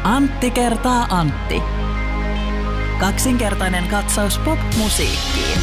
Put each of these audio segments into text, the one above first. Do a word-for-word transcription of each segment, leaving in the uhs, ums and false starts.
Antti kertaa Antti. Kaksinkertainen katsaus pop-musiikkiin.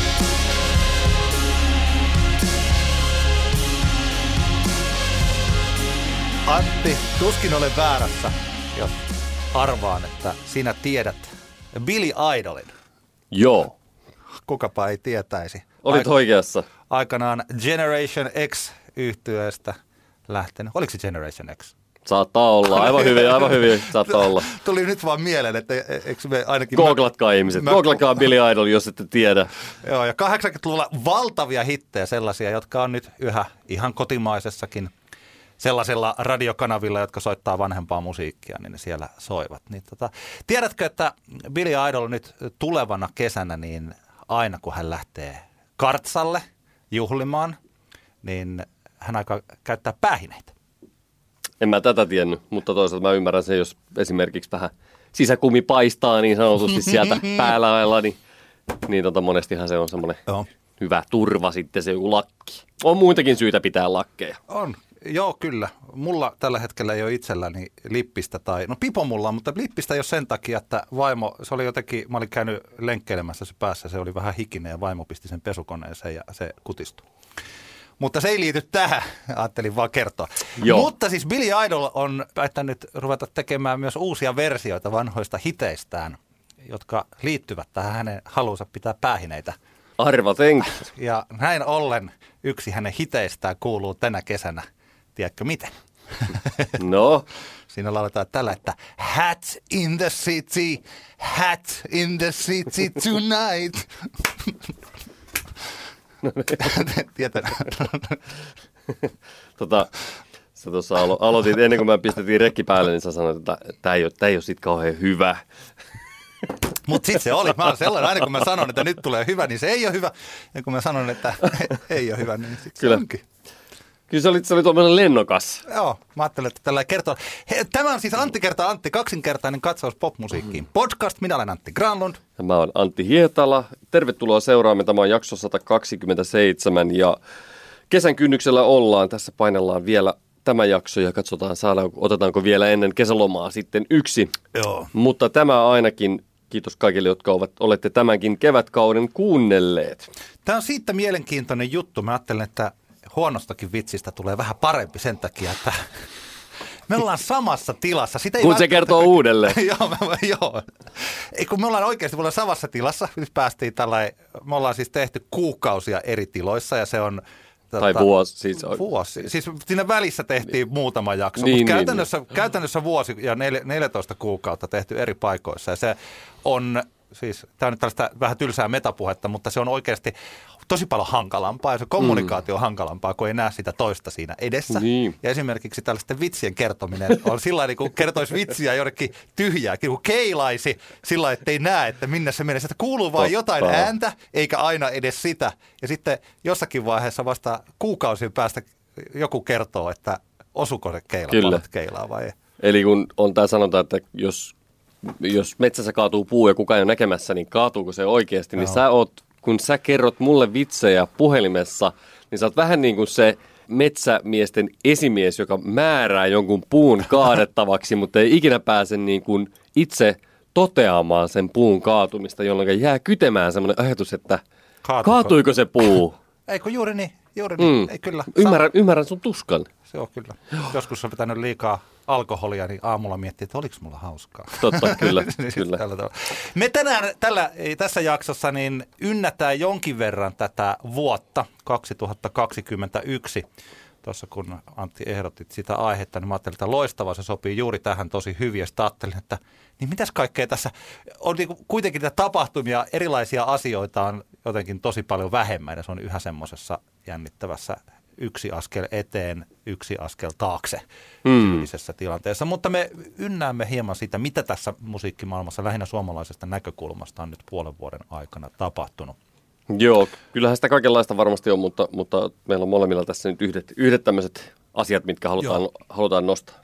Antti, tuskin olen väärässä, jos arvaan, että sinä tiedät Billy Idolin. Joo. Kukapa ei tietäisi. Olit Aik- oikeassa. Aikanaan Generation X-yhtyeestä lähtenyt. Oliko se Generation X? Saattaa olla. Aivan hyvin, aivan hyvin. Saattaa olla. Tuli nyt vaan mieleen, että eikö me ainakin... Googlatkaa ihmiset. Mä... Googlatkaa Billy Idol, jos ette tiedä. Joo, ja kahdeksankymmentäluvulla valtavia hittejä sellaisia, jotka on nyt yhä ihan kotimaisessakin sellaisilla radiokanavilla, jotka soittaa vanhempaa musiikkia, niin ne siellä soivat. Niin tota, tiedätkö, että Billy Idol nyt tulevana kesänä, niin aina kun hän lähtee kartsalle juhlimaan, niin hän aikaa käyttää päähineitä. En mä tätä tiennyt, mutta toisaalta mä ymmärrän sen, jos esimerkiksi vähän sisäkumi paistaa niin sanotusti sieltä päällä ajalla, niin, niin tota monestihan se on semmoinen Joo. hyvä turva sitten se joku lakki. On muitakin syitä pitää lakkeja. On. Joo, kyllä. Mulla tällä hetkellä ei ole itselläni lippistä tai, no pipo mulla, mutta lippistä ei ole sen takia, että vaimo, se oli jotenkin, mä olin käynyt lenkkeilemässä se päässä, se oli vähän hikinen ja vaimo pisti sen pesukoneeseen ja se kutistui. Mutta se ei liity tähän, ajattelin vaan kertoa. Joo. Mutta siis Billy Idol on päättänyt ruveta tekemään myös uusia versioita vanhoista hiteistään, jotka liittyvät tähän hänen haluunsa pitää päähineitä. Arvatenkin. Ja näin ollen yksi hänen hiteistään kuuluu tänä kesänä. Tiedätkö miten? No. Siinä lauletaan tällä, että hat in the city, hat in the city tonight. No, Tietän. tota, sä tuossa alo- aloitit, ennen kuin mä pistettiin rekki päälle, niin sä sanoit, että tämä ei ole, tää ei ole sit kauhean hyvä. Mutta sitten se oli. Mä olen sellainen, aina kun mä sanon, että nyt tulee hyvä, niin se ei ole hyvä. Ja kun mä sanon, että ei ole hyvä, niin sitten se onkin. Kyllä se oli, se oli tuommoinen lennokas. Joo, mä ajattelin, että tällä kertoo. He, tämä on siis Antti kertaa Antti, kaksinkertainen katsaus popmusiikkiin. Podcast, minä olen Antti Granlund. Ja mä oon Antti Hietala. Tervetuloa seuraamme. Tämä on jakso sata kaksikymmentäseitsemän ja kesän kynnyksellä ollaan. Tässä painellaan vielä tämä jakso ja katsotaan, saadaan, otetaanko vielä ennen kesälomaa sitten yksi. Joo. Mutta tämä ainakin, kiitos kaikille, jotka ovat, olette tämänkin kevätkauden kuunnelleet. Tämä on siitä mielenkiintoinen juttu. Mä ajattelen, että huonostakin vitsistä tulee vähän parempi sen takia, että me ollaan samassa tilassa. Sitä ei kun se kertoo kaikki uudelleen. joo, mä, joo. Ei, kun me ollaan oikeasti me ollaan samassa tilassa. Nyt päästiin tällainen, me ollaan siis tehty kuukausia eri tiloissa ja se on... Tai tota, vuosi. Siis, vuosi. Siis siinä välissä tehtiin niin, muutama jakso, niin, mutta niin, käytännössä, niin. käytännössä vuosi ja neljätoista kuukautta tehty eri paikoissa. Ja se on, siis tämä on nyt tällaista vähän tylsää metapuhetta, mutta se on oikeasti tosi paljon hankalampaa ja se kommunikaatio on hankalampaa, kun ei näe sitä toista siinä edessä. Niin. Ja esimerkiksi tällaisten vitsien kertominen on sillä tavalla, kun kertoisi vitsiä jonnekin tyhjää, kun keilaisi sillä tavalla, että ei näe, että minne se menee. Sitä kuuluu vain jotain ääntä, eikä aina edes sitä. Ja sitten jossakin vaiheessa vasta kuukausien päästä joku kertoo, että osuko se keila, keilaa vai ei. Eli kun on tämä sanonta, että jos, jos metsässä kaatuu puu ja kukaan ei ole näkemässä, niin kaatuuko se oikeasti, no. niin sä oot kun sä kerrot mulle vitsejä puhelimessa, niin sä oot vähän niin kuin se metsämiesten esimies, joka määrää jonkun puun kaadettavaksi, mutta ei ikinä pääse niin kuin itse toteamaan sen puun kaatumista, jolloin jää kytemään semmoinen ajatus, että kaatuiko, kaatuiko se puu? Eikö juuri niin, juuri niin, mm. ei kyllä. Ymmärrän, ymmärrän sun tuskan. Se on kyllä. Joskus on pitänyt liikaa alkoholia, niin aamulla miettii, että oliko mulla hauskaa. Totta, kyllä. kyllä. Me tänään tällä, tässä jaksossa niin ynnätään jonkin verran tätä vuotta kaksituhattakaksikymmentäyksi. Tuossa kun Antti ehdotit sitä aihetta, niin mä ajattelin, että loistavaa, se sopii juuri tähän tosi hyvin. Ja sitten ajattelin, että niin mitäs kaikkea tässä on niin kuitenkin niitä tapahtumia, erilaisia asioita on jotenkin tosi paljon vähemmän. Ja se on yhä semmoisessa jännittävässä yksi askel eteen, yksi askel taakse tyylisessä mm. tilanteessa. Mutta me ynnäämme hieman siitä, mitä tässä musiikkimaailmassa lähinnä suomalaisesta näkökulmasta on nyt puolen vuoden aikana tapahtunut. Joo, kyllähän sitä kaikenlaista varmasti on, mutta, mutta meillä on molemmilla tässä nyt yhdet, yhdet tämmöiset asiat, mitkä halutaan, halutaan nostaa.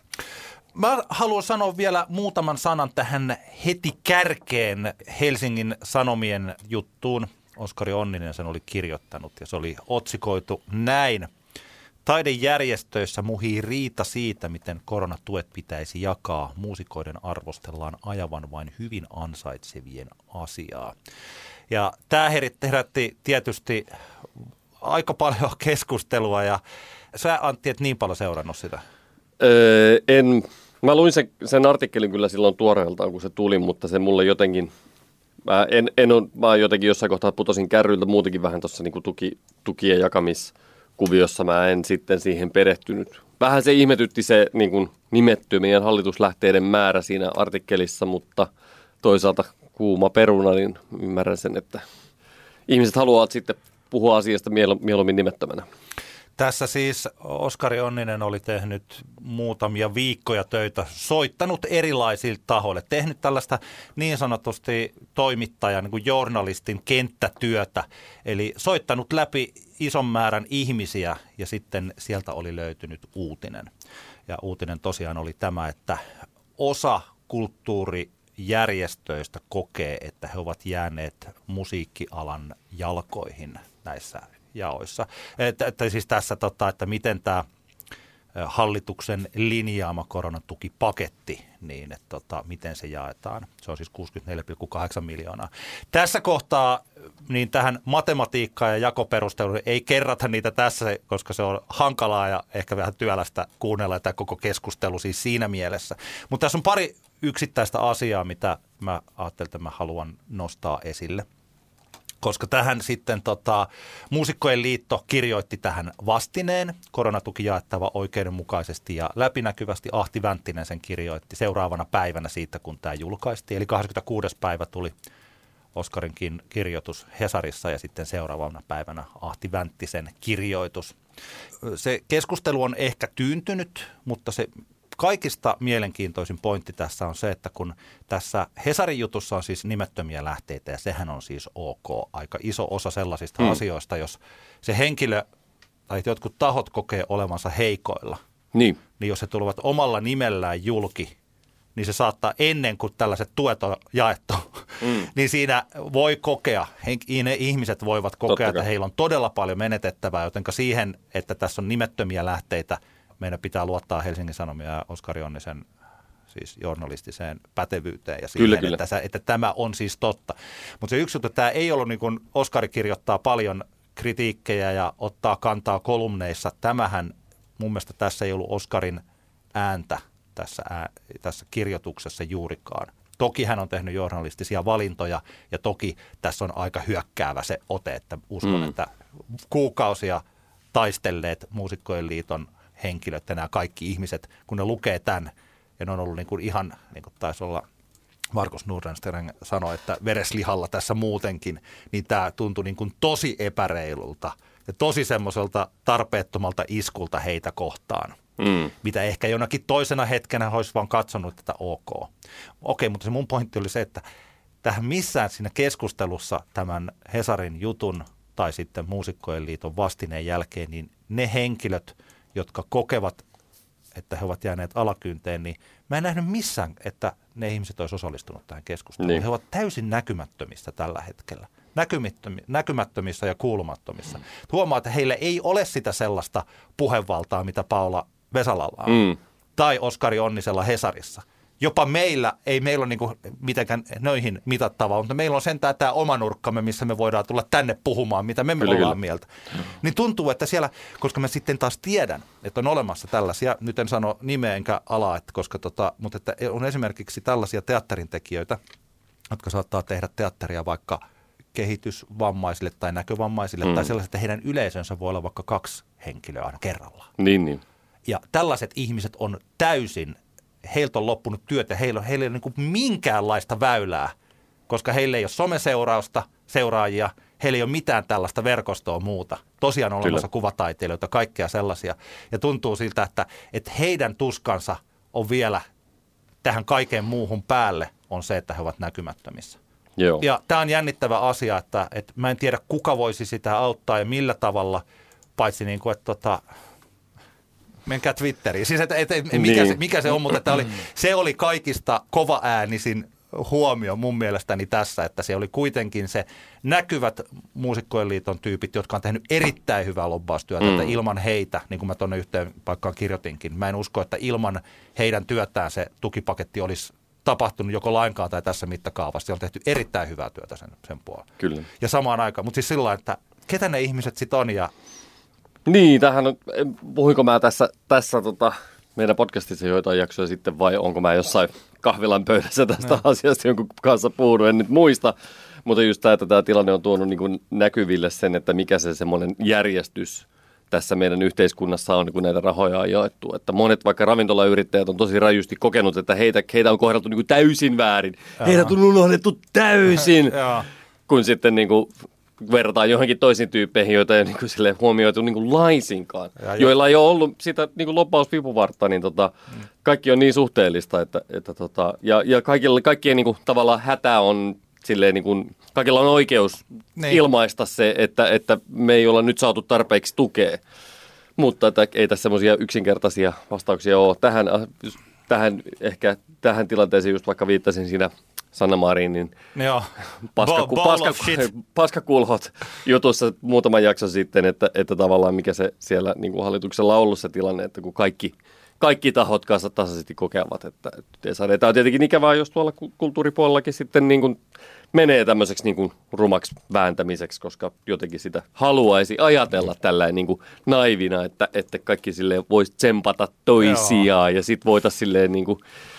Mä haluan sanoa vielä muutaman sanan tähän heti kärkeen Helsingin Sanomien juttuun. Oskari Onninen sen oli kirjoittanut ja se oli otsikoitu näin. Taidejärjestöissä muhii riita siitä, miten koronatuet pitäisi jakaa. Muusikoiden arvostellaan ajavan vain hyvin ansaitsevien asiaa. Ja tämä herätti tietysti aika paljon keskustelua ja sä Antti et niin paljon seurannut sitä. Öö, en, mä luin sen, sen artikkelin kyllä silloin tuoreeltaan kun se tuli, mutta se mulle jotenkin, mä en, en ole, mä jotenkin jossain kohtaa putosin kärryiltä muutenkin vähän tuossa niin tuki, tukien jakamiskuviossa, mä en sitten siihen perehtynyt. Vähän se ihmetytti se niin kuin nimettömien hallituslähteiden määrä siinä artikkelissa, mutta toisaalta kuuma peruna, niin ymmärrän sen, että ihmiset haluavat sitten puhua asiasta mieluummin nimettömänä. Tässä siis Oskari Onninen oli tehnyt muutamia viikkoja töitä, soittanut erilaisille tahoille, tehnyt tällaista niin sanotusti toimittajan, niin kuin journalistin kenttätyötä, eli soittanut läpi ison määrän ihmisiä ja sitten sieltä oli löytynyt uutinen. Ja uutinen tosiaan oli tämä, että osa kulttuurijärjestöistä kokee, että he ovat jääneet musiikkialan jalkoihin näissä jaoissa. Että, että siis tässä, tota, että miten tämä hallituksen linjaama koronatukipaketti, niin että tota, miten se jaetaan. Se on siis kuusikymmentäneljä pilkku kahdeksan miljoonaa. Tässä kohtaa niin tähän matematiikkaan ja jakoperusteluun ei kerrata niitä tässä, koska se on hankalaa ja ehkä vähän työlästä kuunnella tämä koko keskustelu siis siinä mielessä. Mutta tässä on pari yksittäistä asiaa, mitä mä ajattelin, että mä haluan nostaa esille. Koska tähän sitten tota, Muusikkojen liitto kirjoitti tähän vastineen, koronatuki jaettava oikeudenmukaisesti ja läpinäkyvästi. Ahti Vänttinen sen kirjoitti seuraavana päivänä siitä, kun tämä julkaistiin. Eli kahdeskymmeneskuudes päivä tuli Oskarinkin kirjoitus Hesarissa ja sitten seuraavana päivänä Ahti Vänttisen kirjoitus. Se keskustelu on ehkä tyyntynyt, mutta se kaikista mielenkiintoisin pointti tässä on se, että kun tässä Hesarin jutussa on siis nimettömiä lähteitä ja sehän on siis ok, aika iso osa sellaisista hmm. asioista, jos se henkilö tai jotkut tahot kokee olevansa heikoilla, niin, niin jos he tulevat omalla nimellään julki, niin se saattaa ennen kuin tällaiset tuet on jaettu, mm. niin siinä voi kokea, ne ihmiset voivat kokea, että heillä on todella paljon menetettävää, jotenka siihen, että tässä on nimettömiä lähteitä, meidän pitää luottaa Helsingin Sanomia ja Oskari Onnisen siis journalistiseen pätevyyteen ja siihen, kyllä, kyllä. Että, että tämä on siis totta. Mutta se yksi juttu, tämä ei ollut niin kuin Oskari kirjoittaa paljon kritiikkejä ja ottaa kantaa kolumneissa. Tämähän mun mielestä tässä ei ollut Oskarin ääntä tässä, ää, tässä kirjoituksessa juurikaan. Toki hän on tehnyt journalistisia valintoja ja toki tässä on aika hyökkäävä se ote, että uskon, mm. että kuukausia taistelleet Muusikkojen liiton henkilöt ja nämä kaikki ihmiset, kun ne lukee tämän, ja ne on ollut niin kuin ihan, niin kuin taisi olla Markus Nordenström sanoi, että vereslihalla tässä muutenkin, niin tämä tuntui niin kuin tosi epäreilulta ja tosi semmoiselta tarpeettomalta iskulta heitä kohtaan, mm. mitä ehkä jonakin toisena hetkenä olisi vaan katsonut, että ok. Okei, mutta se mun pointti oli se, että tähän missään siinä keskustelussa tämän Hesarin jutun tai sitten Muusikkojen liiton vastineen jälkeen, niin ne henkilöt, jotka kokevat, että he ovat jääneet alakynteen, niin mä en nähnyt missään, että ne ihmiset olisi osallistunut tähän keskusteluun. Niin. He ovat täysin näkymättömissä tällä hetkellä. Näkymättömissä ja kuulumattomissa. Mm. Huomaa, että heillä ei ole sitä sellaista puhevaltaa, mitä Paula Vesalalla on. Mm. Tai Oskari Onnisella Hesarissa. Jopa meillä, ei meillä ole niinku mitenkään noihin mitattavaa, mutta meillä on sentään tämä oma nurkkamme, missä me voidaan tulla tänne puhumaan, mitä me, me ollaan kyllä. mieltä. Niin tuntuu, että siellä, koska mä sitten taas tiedän, että on olemassa tällaisia, nyt en sano nimeä enkä alaa, että koska tota, mutta että on esimerkiksi tällaisia teatterintekijöitä, jotka saattaa tehdä teatteria vaikka kehitysvammaisille tai näkövammaisille, mm. tai sellaiset, että heidän yleisönsä voi olla vaikka kaksi henkilöä aina kerrallaan. Niin, niin. Ja tällaiset ihmiset on täysin, heiltä on loppunut työt ja heillä, heillä ei ole niin kuin minkäänlaista väylää, koska heillä ei ole someseurausta, seuraajia, heillä ei ole mitään tällaista verkostoa muuta. Tosiaan on olemassa kuvataiteilijoita, kaikkea sellaisia. Ja tuntuu siltä, että, että heidän tuskansa on vielä tähän kaikeen muuhun päälle on se, että he ovat näkymättömissä. Joo. Ja tämä on jännittävä asia, että, että mä en tiedä kuka voisi sitä auttaa ja millä tavalla, paitsi niin kuin, että tota, menkää Twitteriin. Siis että, että mikä, niin. se, mikä se on, mutta että oli, se oli kaikista kovaäänisin huomio mun mielestäni tässä, että se oli kuitenkin se näkyvät Muusikkojen liiton tyypit, jotka on tehnyt erittäin hyvää lobbaustyötä, mm. että ilman heitä, niin kuin mä tuonne yhteen paikkaan kirjoitinkin, mä en usko, että ilman heidän työtään se tukipaketti olisi tapahtunut joko lainkaan tai tässä mittakaavassa. On tehty erittäin hyvää työtä sen, sen puolella. Kyllä. Ja samaan aikaan, mutta siis sillä lailla, että ketä ne ihmiset sitten on ja... Niin, tämähän on, puhuinko mä tässä, tässä tota, meidän podcastissa joitain jaksoja sitten vai onko mä jossain kahvilan pöydässä tästä no. asiasta jonkun kanssa puhunut, en nyt muista. Mutta just tämä, että tämä tilanne on tuonut niin kuin näkyville sen, että mikä se semmoinen järjestys tässä meidän yhteiskunnassa on, kun näitä rahoja on jaettu. Että monet vaikka ravintolayrittäjät on tosi rajusti kokenut, että heitä, heitä on kohdeltu niin kuin täysin väärin. Jaa. Heidät on unohdettu täysin, kun sitten niin kuin verrataan johonkin toisiin tyyppeihin, joita ei ole niin kuin silleen huomioitu niin kuin laisinkaan. Ja joilla ei ole ollut sitä niin kuin lobbausvipuvartta, niin tota, mm. kaikki on niin suhteellista. Että, että tota, ja ja kaikilla, kaikkien niin kuin, tavallaan hätä on silleen, niin kuin, kaikilla on oikeus niin. ilmaista se, että, että me ei olla nyt saatu tarpeeksi tukea. Mutta että ei tässä semmoisia yksinkertaisia vastauksia ole. Tähän, tähän, ehkä tähän tilanteeseen just vaikka viittasin siinä Sanna Marinin paskaku, paska, paskakulhot jutussa muutaman jakson sitten, että, että tavallaan mikä se siellä niin kuin hallituksella on ollut se tilanne, että kun kaikki, kaikki tahot kanssa tasaisesti kokevat, että, että tämä on tietenkin ikävää, jos tuolla kulttuuripuolellakin sitten niin kuin menee tämmöiseksi niin kuin rumaksi vääntämiseksi, koska jotenkin sitä haluaisi ajatella tällainen niin kuin naivina, että, että kaikki silleen voisi tsempata toisiaan Joo. ja sitten voitaisiin silleen niin kuin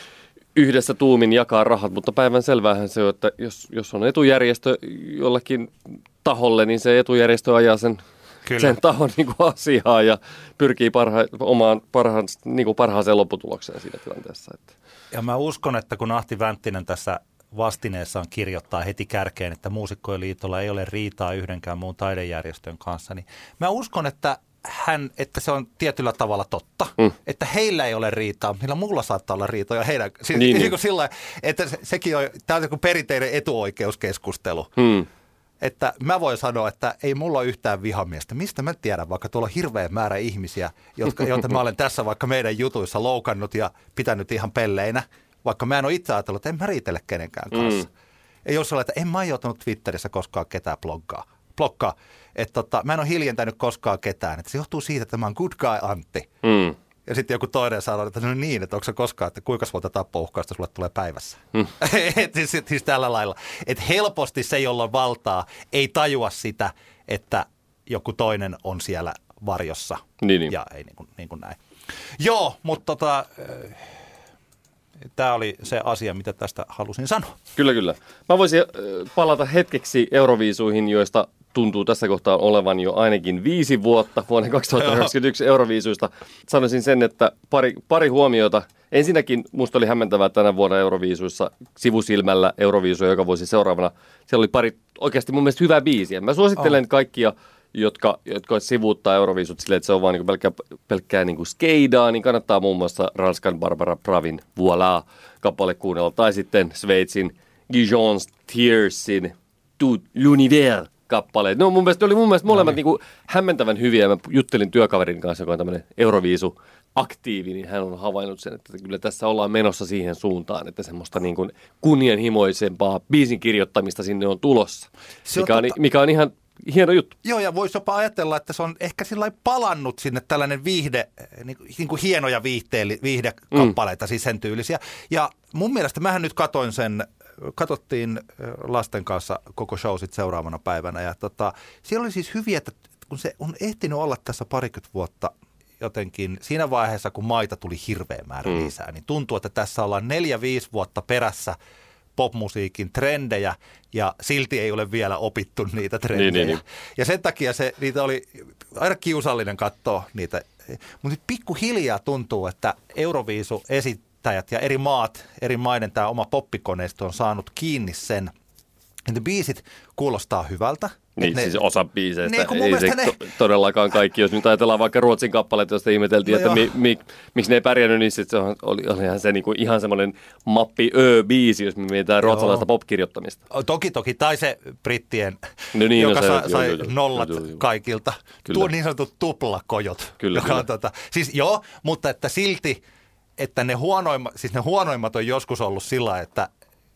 yhdessä tuumin jakaa rahat, mutta päivän selväähän se on, että jos, jos on etujärjestö jollakin taholle, niin se etujärjestö ajaa sen, sen tahon niin kuin asiaa ja pyrkii parha, omaan parhaan, niin kuin parhaaseen lopputulokseen siinä tilanteessa. Että. Ja mä uskon, että kun Ahti Vänttinen tässä vastineessaan kirjoittaa heti kärkeen, että Muusikkojen liitolla ei ole riitaa yhdenkään muun taidejärjestön kanssa, niin mä uskon, että hän, että se on tietyllä tavalla totta, mm. että heillä ei ole riitaa, millä mulla saattaa olla riitoja heidän. Siis, niin, niin. Sillä, että se, sekin on, tämä on joku perinteinen etuoikeuskeskustelu. Mm. Että mä voin sanoa, että ei mulla ole yhtään vihamiestä. Mistä mä tiedän, vaikka tuolla on hirveä määrä ihmisiä, jotka, joita mä olen tässä vaikka meidän jutuissa loukannut ja pitänyt ihan pelleinä, vaikka mä en ole itse ajatellut, että en mä riitele kenenkään kanssa. Mm. Ja jos olet, että en mä ole joutunut Twitterissä koskaan ketään bloggaa. bloggaa. Että tota, mä en ole hiljentänyt koskaan ketään. Että se johtuu siitä, että mä oon good guy Antti. Mm. Ja sitten joku toinen sanoo, että no niin, että onko se koskaan, että kuinka monta tappouhkausta sulle tulee päivässä. Mm. siis, siis tällä lailla. Että helposti se, jolla on valtaa, ei tajua sitä, että joku toinen on siellä varjossa. Niin, niin. Ja ei niin kuin, niin kuin näin. Joo, mutta tota, tämä oli se asia, mitä tästä halusin sanoa. Kyllä, kyllä. Mä voisin palata hetkeksi Euroviisuihin, joista tuntuu tässä kohtaa olevan jo ainakin viisi vuotta vuonna kaksituhattakaksikymmentäyksi Euroviisuista. Sanoisin sen, että pari, pari huomiota. Ensinnäkin musta oli hämmentävää tänä vuonna Euroviisuissa sivusilmällä Euroviisuja joka vuosi seuraavana. Siellä oli pari oikeasti mun mielestä hyvää biisiä. Mä suosittelen oh. kaikkia, jotka, jotka sivuuttaa Euroviisut silleen, että se on vaan niin pelkkää, pelkkää niin skeidaa, niin kannattaa muun muassa Ranskan Barbara Pravin Voilà kappale kuunnella. Tai sitten Sveitsin Gijon Tearsin Tout l'univers kappaleet. No mun mielestä oli mun mielestä molemmat no niin. niin kuin hämmentävän hyviä. Mä juttelin työkaverin kanssa, joka on tämmöinen Euroviisu-aktiivi, niin hän on havainnut sen, että kyllä tässä ollaan menossa siihen suuntaan, että semmoista niin kuin kunnianhimoisempaa biisin kirjoittamista sinne on tulossa, se mikä, on, tota... mikä on ihan hieno juttu. Joo, ja voisi jopa ajatella, että se on ehkä sillä lailla palannut sinne tällainen viihde, niin kuin, niin kuin hienoja viihteeli, viihdekappaleita, mm. siis sen tyylisiä. Ja mun mielestä mähän nyt katoin sen, katsottiin lasten kanssa koko show sit seuraavana päivänä. Ja tota, siellä oli siis hyviä, että kun se on ehtinyt olla tässä parikymmentä vuotta jotenkin siinä vaiheessa, kun maita tuli hirveä määrä mm. lisää, niin tuntuu, että tässä ollaan neljä, viisi vuotta perässä popmusiikin trendejä ja silti ei ole vielä opittu niitä trendejä. Niin, niin, niin. Ja sen takia se, niitä oli aina kiusallinen katsoa niitä. Mutta pikkuhiljaa tuntuu, että Euroviisu-esittäjät ja eri maat, eri maiden tämä oma poppikoneisto on saanut kiinni sen, että biisit kuulostaa hyvältä. Niin, ne, siis osa biiseistä, niin, ei se ne... to- todellakaan kaikki. Jos nyt ajatellaan vaikka Ruotsin kappaleet, joista ihmeteltiin, no että mi, mi, miksi ne ei pärjännyt, niin sit se on, oli, olihan se niinku ihan semmoinen mappi ö-biisi, jos me mietitään ruotsalaista pop-kirjoittamista. Toki, toki. Tai se brittien, no niin, joka no se, sa, jo, sai jo, jo, nollat jo, jo, jo. kaikilta. Kyllä. Tuo niin sanotut tuplakojot. Kyllä, joka kyllä. On, tota, siis joo, mutta että silti, että ne huonoimmat, siis ne huonoimmat on joskus ollut sillä, että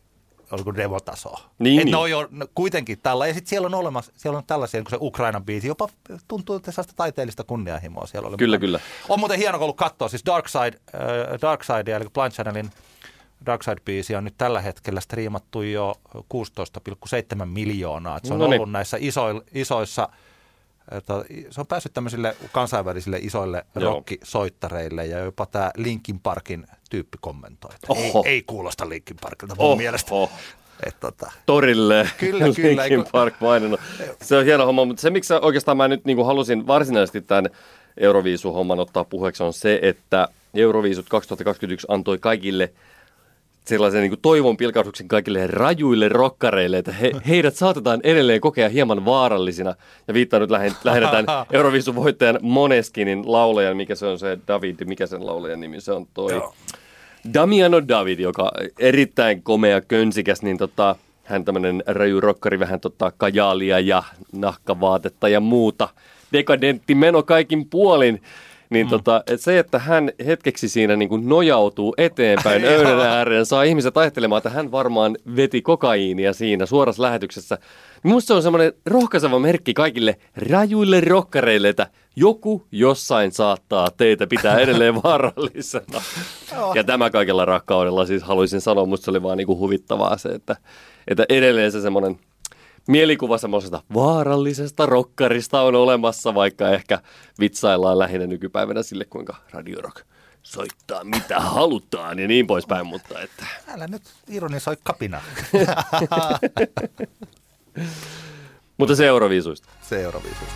oliko demotasoa. Niin, Et niin. ne on jo no, kuitenkin tällä. Ja sitten siellä on olemassa, siellä on tällaisia, kun se Ukrainan biisi, jopa tuntuu, että sellaista taiteellista kunnianhimoa siellä oli. Kyllä, mukana. kyllä. On muuten hieno ollut katsoa, siis Dark Side, äh, Dark Side, eli Blind Channelin Dark Side-biisi on nyt tällä hetkellä striimattu jo kuusitoista pilkku seitsemän miljoonaa. Et se on no niin. ollut näissä iso, isoissa, että se on päässyt tämmöisille kansainvälisille isoille Joo. rockisoittareille ja jopa tämä Linkin Parkin tyyppi kommentoi. Ei, ei kuulosta Linkin Parkilta mun Oho. mielestä. Et, tota. Torille Kyllä, kyllä. Linkin Park maininnut. Se on hieno homma, mutta se miksi oikeastaan mä nyt niin kuin halusin varsinaisesti tämän Euroviisu-homman ottaa puheeksi on se, että Euroviisut kaksituhattakaksikymmentäyksi antoi kaikille sellaisen niin kuin toivon pilkahduksen kaikille rajuille rokkareille, että he, heidät saatetaan edelleen kokea hieman vaarallisina. Ja viittaan nyt lähin, lähinnä tämän Euroviisun voittajan Måneskinin laulajan, mikä se on se David, mikä sen laulajan nimi se on toi. Joo. Damiano David, joka erittäin komea, könsikäs, niin tota, hän tämmöinen raju rokkari, vähän tota kajaalia ja nahkavaatetta ja muuta. Dekadentti meno kaikin puolin. Niin mm. tota, et se, että hän hetkeksi siinä niin kuin nojautuu eteenpäin öydän ääreen, saa ihmiset ajattelemaan, että hän varmaan veti kokaiinia siinä suorassa lähetyksessä. Niin musta se on semmoinen rohkaiseva merkki kaikille rajuille rokkareille, että joku jossain saattaa teitä pitää edelleen vaarallisena. Ja tämä kaikella rakkaudella siis haluaisin sanoa, musta se oli vaan niin kuin huvittavaa se, että, että edelleen se semmoinen mielikuva semmoisesta vaarallisesta rokkarista on olemassa, vaikka ehkä vitsaillaan lähinnä nykypäivänä sille, kuinka Radio Rock soittaa mitä halutaan ja niin poispäin, mutta että... Älä nyt ironisoi kapina. Mutta se Euroviisuista. Se Euroviisuista.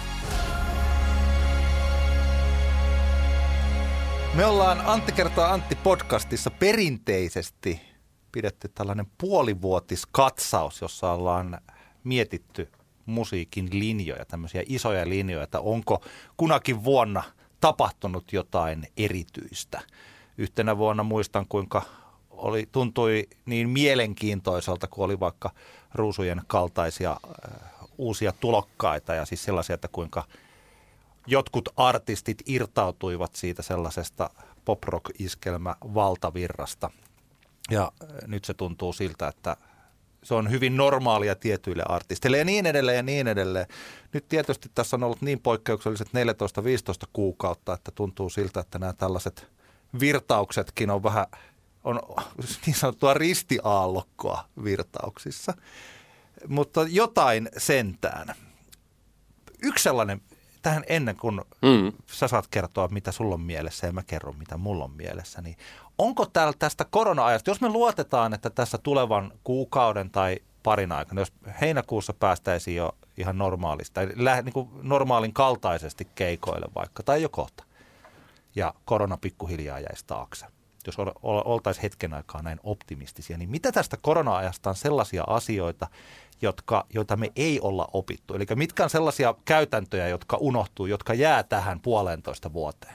Me ollaan Antti kertaa Antti podcastissa perinteisesti pidetty tällainen puolivuotiskatsaus, jossa ollaan mietitty musiikin linjoja, tämmöisiä isoja linjoja, että onko kunakin vuonna tapahtunut jotain erityistä. Yhtenä vuonna muistan, kuinka oli, tuntui niin mielenkiintoiselta, kun oli vaikka Ruusujen kaltaisia äh, uusia tulokkaita ja siis sellaisia, että kuinka jotkut artistit irtautuivat siitä sellaisesta pop-rock-iskelmä-valtavirrasta. Ja nyt se tuntuu siltä, että se on hyvin normaalia tietyille artisteille ja niin edelleen ja niin edelleen. Nyt tietysti tässä on ollut niin poikkeukselliset neljätoista viisitoista kuukautta, että tuntuu siltä, että nämä tällaiset virtauksetkin on vähän, on niin sanottua ristiaallokkoa virtauksissa. Mutta jotain sentään. Yksi sellainen, tähän ennen kuin mm. sä saat kertoa, mitä sulla on mielessä ja mä kerron, mitä mulla on mielessä, niin onko täällä tästä korona-ajasta, jos me luotetaan, että tässä tulevan kuukauden tai parin aikana, jos heinäkuussa päästäisiin jo ihan normaalista, tai niin kuin normaalin kaltaisesti keikoille vaikka, tai jo kohta, ja korona pikkuhiljaa jäisi taakse, jos oltaisiin hetken aikaa näin optimistisia, niin mitä tästä korona-ajasta on sellaisia asioita, jotka, joita me ei olla opittu? Eli mitkä on sellaisia käytäntöjä, jotka unohtuu, jotka jää tähän puolentoista vuoteen?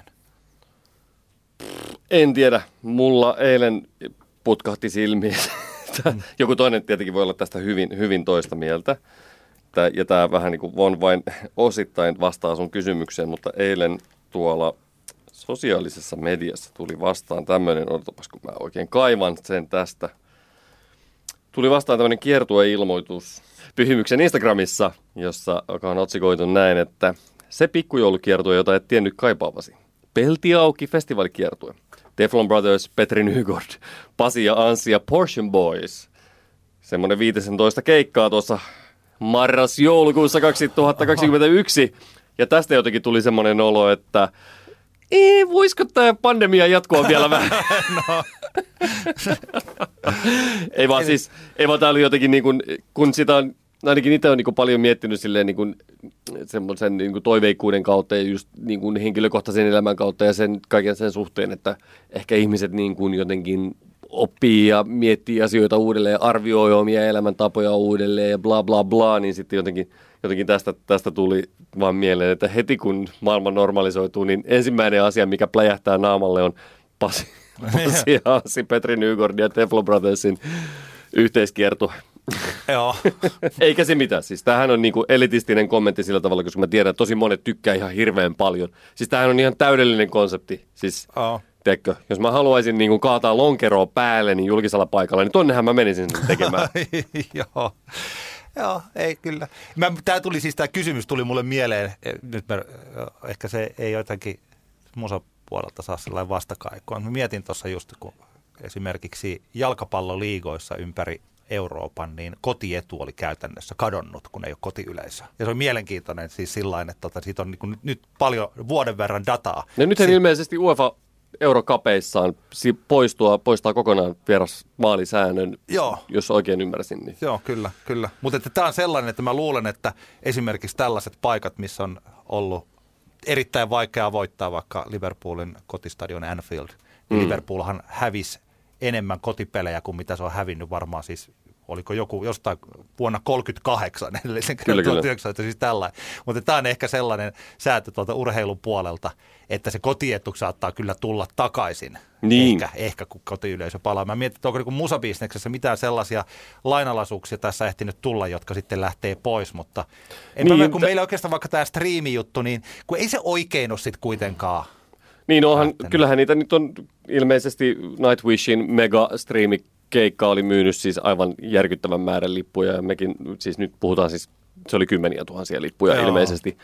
En tiedä. Mulla eilen putkahti silmiin. Mm. Joku toinen tietenkin voi olla tästä hyvin, hyvin toista mieltä. Tää, ja tämä vähän niin kuin on vain osittain vastaa sun kysymykseen, mutta eilen tuolla sosiaalisessa mediassa tuli vastaan tämmöinen, odotapas kun mä oikein kaivan sen tästä. Tuli vastaan tämmöinen kiertueilmoitus Pyhimyksen Instagramissa, jossa joka on otsikoitu näin, että se pikkujoulukiertue, jota et tiennyt kaipaavasi. Pelti auki festivaalikiertue. Teflon Brothers, Petri Nygård, Pasi ja Anssi ja Portion Boys. Semmoinen viisitoista keikkaa tuossa marras-joulukuussa kaksituhattakaksikymmentäyksi. Ja tästä jotenkin tuli semmoinen olo, että ei, voisiko tämä pandemia jatkua vielä vähän? No. ei vaan siis, ei vaan tämä oli jotenkin niin kuin, kun sitä on, ainakin niitä on niin kuin paljon miettinyt silleen niin kuin semmoisen niin kuin toiveikkuuden kautta ja just niin kuin henkilökohtaisen elämän kautta ja sen kaiken sen suhteen, että ehkä ihmiset niin kuin jotenkin oppii ja miettii asioita uudelleen, arvioi omia elämäntapoja uudelleen ja bla bla bla, niin sitten jotenkin, jotenkin tästä, tästä tuli vaan mieleen, että heti kun maailma normalisoituu, niin ensimmäinen asia, mikä pläjähtää naamalle on Pasi, Pasi ja Anssi, Petri Nygård ja Teflon Brothersin yhteiskiertue. Joo. Eikä se mitään. Siis tämähän on niinku elitistinen kommentti sillä tavalla, koska mä tiedän, että tosi monet tykkää ihan hirveän paljon. Siis tämähän on ihan täydellinen konsepti. Siis oh. teekö, jos mä haluaisin niin kuin kaataa lonkeroa päälle niin julkisella paikalla, niin tonnehän mä menisin sen tekemään. Joo. Joo, ei kyllä. Tämä tuli siis, tämä kysymys tuli mulle mieleen, nyt mä, ehkä se ei jotenkin musapuolelta saa sellainen vastakaikua. Mä mietin tuossa just, kun esimerkiksi jalkapalloliigoissa ympäri Euroopan, niin kotietu oli käytännössä kadonnut, kun ei ole kotiyleisöä. Ja se on mielenkiintoinen siis sillain, että tota, siitä on niin kuin nyt paljon vuoden verran dataa. No nythän si- ilmeisesti UEFA Eurokapeissaan poistua, poistaa kokonaan vieras maalisäännön, Joo. jos oikein ymmärsin. Niin. Joo, kyllä, kyllä. Mutta tämä on sellainen, että mä luulen, että esimerkiksi tällaiset paikat, missä on ollut erittäin vaikeaa voittaa vaikka Liverpoolin kotistadion Anfield, niin mm. Liverpoolhan hävisi enemmän kotipelejä kuin mitä se on hävinnyt varmaan siis, oliko joku jostain vuonna kolmekymmentäkahdeksan edellisen kerran tuhatyhdeksänsataa, siis tällainen. Mutta tämä on ehkä sellainen säätö tuolta urheilun puolelta, että se kotietu saattaa kyllä tulla takaisin, niin. ehkä, ehkä kun kotiyleisö palaa. Mä mietin, että onko niin musabisneksessä mitään sellaisia lainalaisuuksia tässä ehtinyt tulla, jotka sitten lähtee pois, mutta enpä niin, mä, kun t- meillä oikeastaan vaikka tämä striimijuttu, niin kun ei se oikein ole sitten kuitenkaan. Niin onhan, kyllähän niitä nyt on ilmeisesti Nightwishin mega-striimikeikka oli myynyt siis aivan järkyttävän määrän lippuja ja mekin siis nyt puhutaan siis, se oli kymmeniä tuhansia lippuja Joo. ilmeisesti.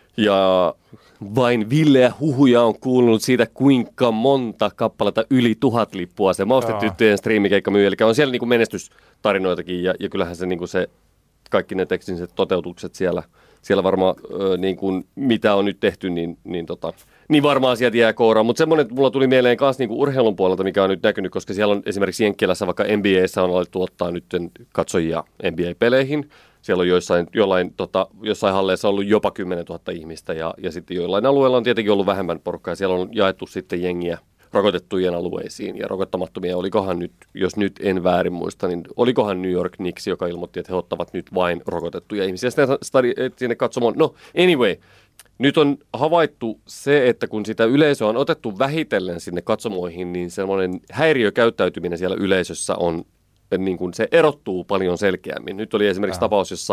Ja vain villeä huhuja on kuulunut siitä, kuinka monta kappaletta yli tuhat lippua se Maustetyttöjen striimikeikka myy. Eli on siellä niinku menestystarinoitakin ja, ja kyllähän se, niinku se kaikki ne tekstiset toteutukset siellä, siellä varmaan ö, niin kuin, mitä on nyt tehty, niin, niin, tota, niin varmaan sieltä jää kouraan. Mutta semmoinen, että mulla tuli mieleen myös niinku urheilun puolelta, mikä on nyt näkynyt, koska siellä on esimerkiksi Jenkkilässä vaikka N B A:ssä on alettu ottaa nyt katsojia N B A-peleihin. Siellä on joissain, jollain, tota, jossain halleissa ollut jopa kymmenen tuhatta ihmistä ja, ja sitten joillain alueilla on tietenkin ollut vähemmän porukkaa. Siellä on jaettu sitten jengiä rokotettujen alueisiin ja rokottamattomia. Olikohan nyt, jos nyt en väärin muista, niin olikohan New York Knicks, joka ilmoitti, että he ottavat nyt vain rokotettuja ihmisiä sinne katsomaan. No anyway, nyt on havaittu se, että kun sitä yleisöä on otettu vähitellen sinne katsomoihin, niin semmoinen häiriökäyttäytyminen siellä yleisössä on, niin kuin se erottuu paljon selkeämmin. Nyt oli esimerkiksi Aha. tapaus, jossa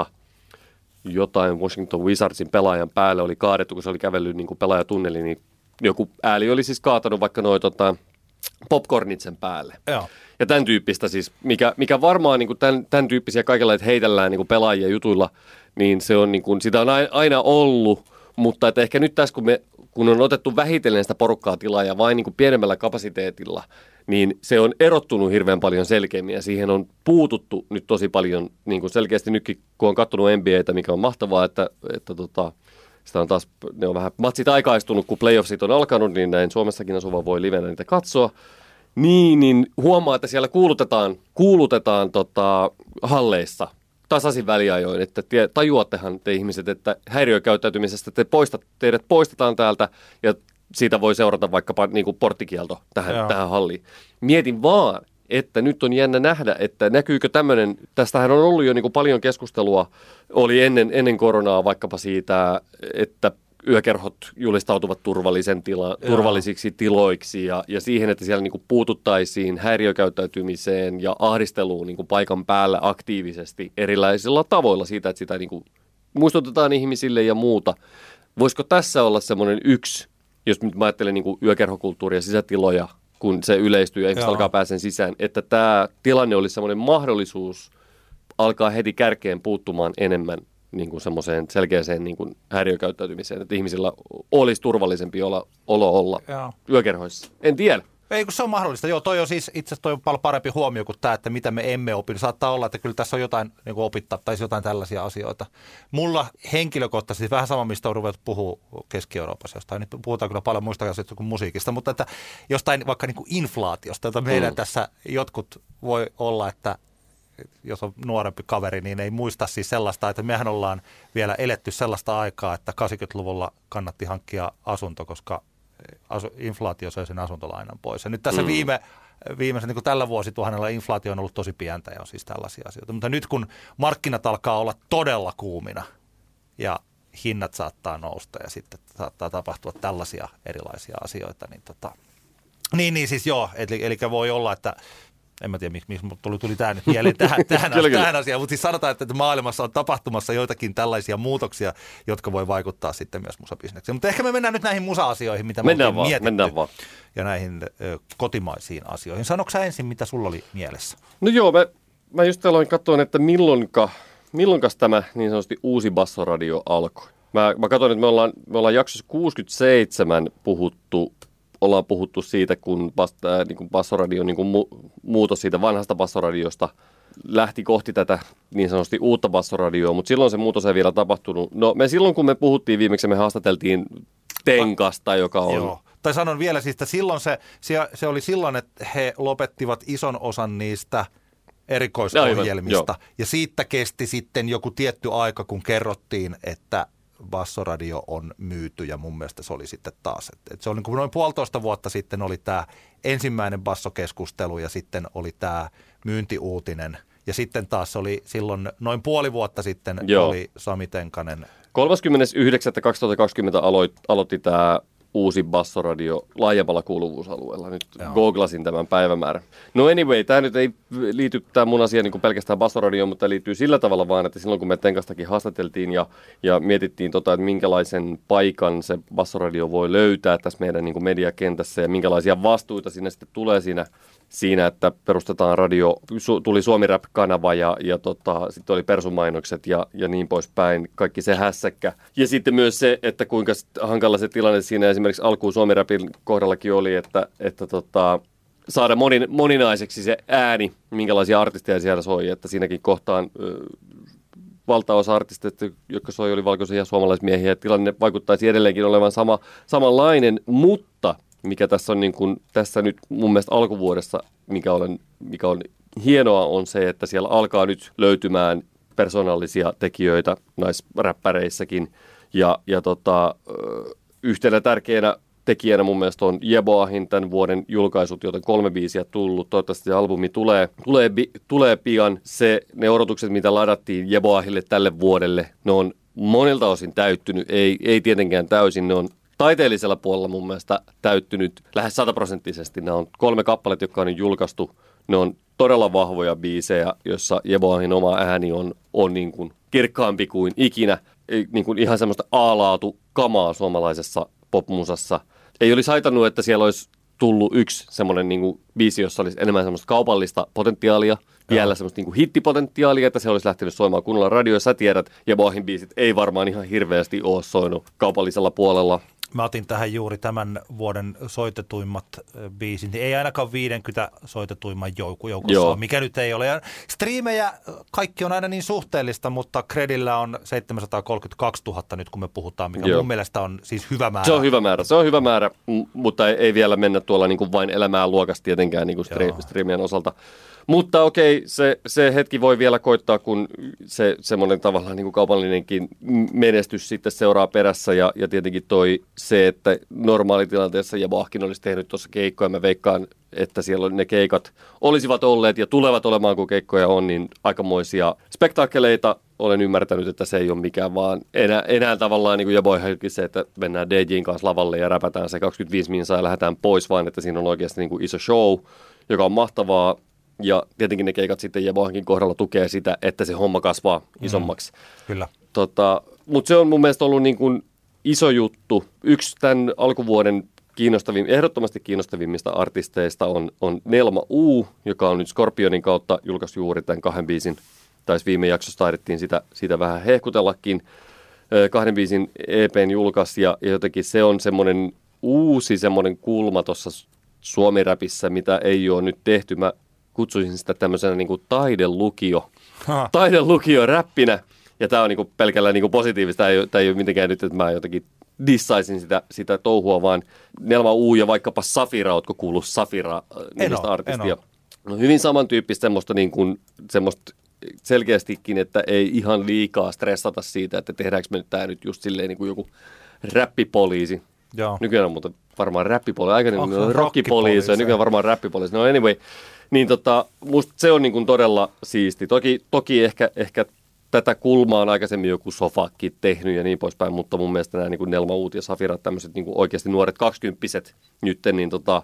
jotain Washington Wizardsin pelaajan päälle oli kaadettu, kun se oli kävellyt niin kuin pelaajatunneli, niin joku ääli oli siis kaatanut vaikka noin tota, popcornit sen päälle. Joo. Ja tämän tyyppistä siis, mikä, mikä varmaan niin kuin tämän, tämän tyyppisiä kaikenlaisia heitellään niin kuin pelaajia jutuilla, niin se on niin kuin, sitä on aina ollut, mutta että ehkä nyt tässä, kun, me, kun on otettu vähitellen sitä porukkaa tilaa ja vain niin kuin pienemmällä kapasiteetilla, niin se on erottunut hirveän paljon selkeämmin ja siihen on puututtu nyt tosi paljon niin kuin selkeästi nytkin, kun on katsonut N B A:tä, mikä on mahtavaa, että, että tota, sitä on taas, ne on vähän matsit aikaistunut, kun playoffsit on alkanut, niin näin Suomessakin asuva voi livenä niitä katsoa. Niin, niin huomaa, että siellä kuulutetaan, kuulutetaan tota, halleissa tasaisin väliajoin, että tie, tajuattehan te ihmiset, että häiriökäyttäytymisestä te poistat, teidät poistetaan täältä ja siitä voi seurata vaikkapa niin kuin porttikielto tähän, tähän halliin. Mietin vaan, että nyt on jännä nähdä, että näkyykö tämmöinen, tästähän on ollut jo niin kuin paljon keskustelua, oli ennen, ennen koronaa vaikkapa siitä, että yökerhot julistautuvat turvallisen tila, turvallisiksi tiloiksi ja, ja siihen, että siellä niin kuin puututtaisiin häiriökäyttäytymiseen ja ahdisteluun niin kuin paikan päällä aktiivisesti erilaisilla tavoilla siitä, että sitä niin kuin muistutetaan ihmisille ja muuta. Voisiko tässä olla semmoinen yksi, jos nyt mä ajattelen niin kuin yökerhokulttuuria, sisätiloja, kun se yleistyy ja ihmiset alkaa pääsen sisään, että tämä tilanne olisi semmoinen mahdollisuus alkaa heti kärkeen puuttumaan enemmän niin kuin semmoiseen selkeäseen niin kuin häiriökäyttäytymiseen, että ihmisillä olisi turvallisempi olla, olo olla Joo. yökerhoissa. En tiedä. Ei, kun se on mahdollista. Joo, toi on siis itse asiassa toi on paljon parempi huomio kuin tämä, että mitä me emme opi. Saattaa olla, että kyllä tässä on jotain niin kuin opittaa tai jotain tällaisia asioita. Mulla henkilökohtaisesti vähän sama, mistä on ruvettu puhua Keski-Euroopassa jostain. Nyt puhutaan kyllä paljon muista asioista kuin musiikista, mutta että jostain vaikka niin kuin inflaatiosta, jota meidän mm. tässä jotkut voi olla, että jos on nuorempi kaveri, niin ei muista siis sellaista, että mehän ollaan vielä eletty sellaista aikaa, että kahdeksankymmentäluvulla kannatti hankkia asunto, koska inflaatio söi sen asuntolainan pois. Ja nyt tässä mm. viime, viimeisen, niin kuin tällä vuosituhannella inflaatio on ollut tosi pientä ja on siis tällaisia asioita. Mutta nyt kun markkinat alkaa olla todella kuumina ja hinnat saattaa nousta ja sitten saattaa tapahtua tällaisia erilaisia asioita, niin, tota, niin, niin siis joo, eli, eli voi olla, että en mä tiedä, miksi, miksi tuli, tuli tämä nyt mieleen tähän, tähän, kyllä, tähän kyllä. asiaan, mutta siis sanotaan, että maailmassa on tapahtumassa joitakin tällaisia muutoksia, jotka voi vaikuttaa sitten myös musabisnekseen. Mutta ehkä me mennään nyt näihin musa-asioihin, mitä me mennään oltiin vaan, mietitty, mennään vaan. ja näihin ö, kotimaisiin asioihin. Sanoitko sä ensin, mitä sulla oli mielessä? No joo, mä, mä just aloin katsoa, että milloinka, milloinkas tämä niin sanotusti uusi Bassoradio alkoi. Mä, mä katsoin, että me ollaan, me ollaan jaksossa kuusikymmentäseitsemän puhuttu, ollaan puhuttu siitä, kun, bas, äh, niin kuin Bassoradio, niin kuin mu, muutos siitä vanhasta Bassoradiosta lähti kohti tätä niin sanotusti uutta Bassoradioa, mutta silloin se muutos ei vielä tapahtunut. No me silloin, kun me puhuttiin viimeksi, me haastateltiin Tenkasta, joka on... Joo. Tai sanon vielä siis, että silloin se, se, se oli silloin, että he lopettivat ison osan niistä erikoisohjelmista. Aivan, ja siitä kesti sitten joku tietty aika, kun kerrottiin, että Bassoradio on myyty, ja mun mielestä se oli sitten taas. Että, että se oli niin kuin noin puolitoista vuotta sitten oli tämä ensimmäinen bassokeskustelu, ja sitten oli tämä myyntiuutinen. Ja sitten taas oli silloin noin puoli vuotta sitten Joo. oli Sami Tenkanen. kolmaskymmenes yhdeksättä kaksituhattakaksikymmentä aloit, aloitti tämä uusi Bassoradio laajemmalla kuuluvuusalueella. Nyt Joo. googlasin tämän päivämäärän. No anyway, tämä nyt ei liity tämä mun asia niin kuin pelkästään Bassoradioon, mutta liittyy sillä tavalla vaan, että silloin kun me Tenkastakin haastateltiin ja, ja mietittiin, tota, että minkälaisen paikan se Bassoradio voi löytää tässä meidän niin kuin mediakentässä ja minkälaisia vastuita sinne sitten tulee siinä, siinä että perustetaan radio, su, tuli Suomi Rap-kanava ja, ja tota, sitten oli persumainokset ja, ja niin poispäin, kaikki se hässäkkä. Ja sitten myös se, että kuinka hankala se tilanne siinä esimerkiksi alkuun Suomi Rapin kohdallakin oli, että, että tota, saada monin, moninaiseksi se ääni, minkälaisia artisteja siellä soi, että siinäkin kohtaan ö, valtaosa artisteista, jotka soi, oli valkoisia suomalaismiehiä, että tilanne vaikuttaisi edelleenkin olevan sama, samanlainen, mutta mikä tässä on niin kuin, tässä nyt mun mielestä alkuvuodessa, mikä, olen, mikä on hienoa, on se, että siellä alkaa nyt löytymään persoonallisia tekijöitä naisräppäreissäkin. Ja, ja tota, yhtenä tärkeänä tekijänä mun mielestä on Jeboahin tämän vuoden julkaisut, joten kolme biisiä tullut. Toivottavasti se albumi tulee, tulee, tulee pian. Se, ne odotukset, mitä ladattiin Jeboahille tälle vuodelle, ne on monilta osin täyttynyt. Ei, ei tietenkään täysin, ne on taiteellisella puolella mun mielestä täyttynyt lähes sataprosenttisesti. Nämä on kolme kappaletta, jotka on julkaistu. Ne on todella vahvoja biisejä, joissa Jeboahin oma ääni on, on niin kuin kirkkaampi kuin ikinä. Niin kuin ihan semmoista A-laatu kamaa suomalaisessa popmusassa. Ei olisi haitannut, että siellä olisi tullut yksi semmoinen niin kuin biisi, jossa olisi enemmän semmoista kaupallista potentiaalia, vielä semmoista niin kuin hittipotentiaalia, että se olisi lähtenyt soimaan kunnolla radioissa. Sä tiedät, Jeboahin biisit ei varmaan ihan hirveästi ole soinut kaupallisella puolella. Mä otin tähän juuri tämän vuoden soitetuimmat biisit, niin ei ainakaan viisikymmentä soitetuimman joukko, joukossa ole, mikä nyt ei ole. Ja striimejä kaikki on aina niin suhteellista, mutta Kredillä on seitsemänsataakolmekymmentäkaksituhatta nyt, kun me puhutaan, mikä Joo. mun mielestä on siis hyvä määrä. Se on hyvä määrä, se on hyvä määrä, mutta ei, ei vielä mennä tuolla niin kuin vain elämää luokasta tietenkään niin kuin stri- striimien osalta. Mutta okei, se, se hetki voi vielä koittaa, kun se semmoinen tavallaan niin kuin kaupallinenkin menestys sitten seuraa perässä. Ja, ja tietenkin toi se, että normaalitilanteessa Jeboahkin olisi tehnyt tuossa keikkoja. Mä veikkaan, että siellä ne keikat olisivat olleet ja tulevat olemaan, kun keikkoja on, niin aikamoisia spektaakkeleita. Olen ymmärtänyt, että se ei ole mikään vaan enää, enää tavallaan niin kuin Jeboahinkin se, että mennään D J:n kanssa lavalle ja räpätään se kaksikymmentäviisi minsaa ja lähdetään pois, vaan että siinä on oikeasti niin kuin iso show, joka on mahtavaa. Ja tietenkin ne keikat sitten Jeboahinkin kohdalla tukee sitä, että se homma kasvaa isommaksi. Mm, kyllä. Tota, mutta se on mun mielestä ollut niin kuin iso juttu. Yksi tämän alkuvuoden kiinnostavim, ehdottomasti kiinnostavimmista artisteista on, on Nelma U, joka on nyt Scorpionin kautta julkaistu juuri tämän kahden biisin. Taisi viime jaksossa taidettiin sitä, sitä vähän hehkutellakin. Kahden biisin E P:n julkaisi ja, ja jotenkin se on semmoinen uusi semmoinen kulma tuossa Suomi-räpissä, mitä ei ole nyt tehty. Mä kutsuisin sitä tämmöisenä niin kuin taidelukio, ha. taidelukio räppinä. Ja tämä on niin kuin pelkällä niin kuin positiivista. Tämä ei, tämä ei ole mitenkään nyt, että mä jotenkin dissaisin sitä, sitä touhua, vaan Nelma U ja vaikkapa Safira, ootko kuullut Safira-nimistä artistia? No, hyvin samantyyppistä semmoista, niin kuin, semmoista selkeästikin, että ei ihan liikaa stressata siitä, että tehdäänkö me nyt tämä nyt just silleen niin kuin joku räppipoliisi. Joo. Nykyään on muuten varmaan räppipoliisi, aikaisemmin on rockipoliisi ja nykyään varmaan räppipoliisi. No anyway, niin tota, musta se on niin kuin todella siisti. Toki, toki ehkä, ehkä tätä kulmaa on aikaisemmin joku Sofakin tehnyt ja niin poispäin, mutta mun mielestä nämä niin kuin Nelma Uut ja Safirat, tämmöiset niin kuin oikeasti nuoret kaksikymppiset nyt, niin tota,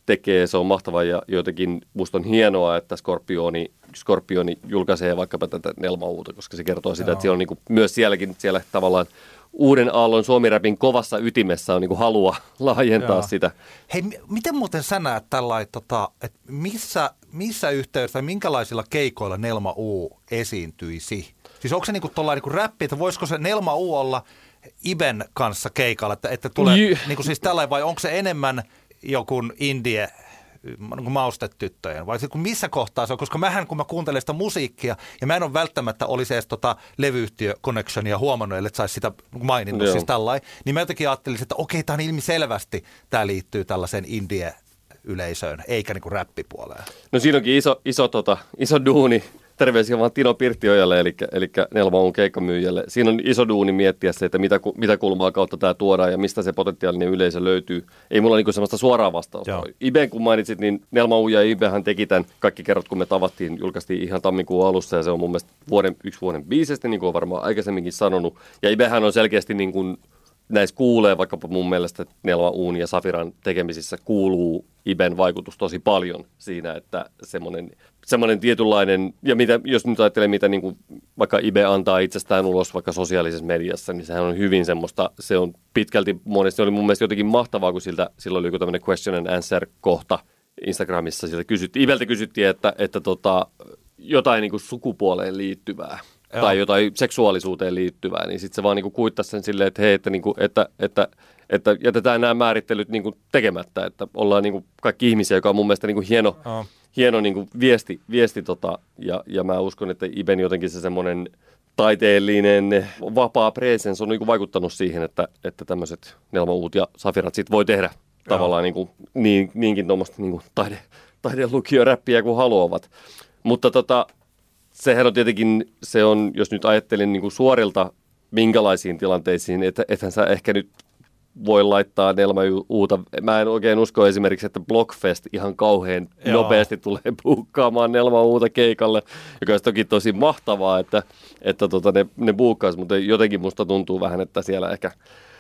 tekee, se on mahtavaa ja jotenkin musta on hienoa, että Skorpioni, Skorpioni julkaisee vaikkapa tätä Nelma-Uuta, koska se kertoo sitä, Joo. että siellä on niin kuin, myös sielläkin siellä tavallaan uuden aallon suomiräpin kovassa ytimessä on niin kuin halua laajentaa Joo. sitä. Hei, m- miten muuten sä näet tällainen, tota, että missä, missä yhteydessä, minkälaisilla keikoilla Nelma U esiintyisi? Siis onko se niinku tollainen niinku räppi, että voisiko se Nelma U olla Iben kanssa keikalla, että, että tulee J- niinku siis tällainen, vai onko se enemmän joku indie niin maustetyttöjen, vai siis missä kohtaa se on, koska mähän kun mä kuuntelen sitä musiikkia, ja mä en ole välttämättä olisi edes tota levyyhtiö-connectionia huomannut, että saisi sitä maininnut, Joo. siis tällainen, niin mä jotenkin ajattelin, että okei, tämä on ilmiselvästi, tämä liittyy tällaiseen indie-yleisöön, eikä niinku räppipuoleen. No siinä onkin iso, iso, tota, iso duuni. Terveisiä vaan Tino Pirttiojalle, eli, eli Nelma Uun keikkamyyjälle. Siinä on iso duuni miettiä se, että mitä, mitä kulmaa kautta tämä tuodaan ja mistä se potentiaalinen yleisö löytyy. Ei mulla niinku semmoista suoraa vastausta. Joo. Iben kun mainitsit, niin Nelma Uun ja Ibehän teki tämän kaikki kerrot, kun me tavattiin, julkaistiin ihan tammikuun alussa ja se on mun mielestä vuoden, yksi vuoden biisestä, niin kuin on varmaan aikaisemminkin sanonut. Ja Ibehän on selkeästi niin kuin näissä kuulee, vaikkapa mun mielestä Nelma Uun ja Safiran tekemisissä kuuluu Iben vaikutus tosi paljon siinä, että semmoinen, semmoinen tietynlainen, ja mitä, jos nyt ajattelee, mitä niin kuin vaikka Ibe antaa itsestään ulos vaikka sosiaalisessa mediassa, niin sehän on hyvin semmoista, se on pitkälti monesti, oli mun mielestä jotenkin mahtavaa, kun siltä, silloin oli joku tämmöinen question and answer kohta Instagramissa, siltä kysyttiin, Ibeltä kysyttiin, että, että tota, jotain niin kuin sukupuoleen liittyvää. Joo. Tai jotain seksuaalisuuteen liittyvää, niin sitten se vaan niinku kuittaisi sen silleen, että hei, että, niinku, että, että, että jätetään nämä määrittelyt niinku tekemättä, että ollaan niinku kaikki ihmisiä, joka on mun mielestä niinku hieno, oh. hieno niinku viesti, viesti tota, ja, ja mä uskon, että Iben jotenkin se semmoinen taiteellinen vapaa presence on niinku vaikuttanut siihen, että, että tämmöiset Nelma Uut ja Safirat sit voi tehdä Joo. tavallaan niinku, niin, niinkin tuommoista niinku taide, taidelukioräppiä kuin haluavat, mutta tota sehän on tietenkin, se on, jos nyt ajattelin niin kuin suorilta minkälaisiin tilanteisiin, että ethän sä ehkä nyt voi laittaa Nelma Uuta. Mä en oikein usko esimerkiksi, että Blockfest ihan kauhean Joo. nopeasti tulee buukkaamaan Nelma Uuta keikalle, joka olisi toki tosi mahtavaa, että, että tota ne, ne buukkaisi, mutta jotenkin musta tuntuu vähän, että siellä ehkä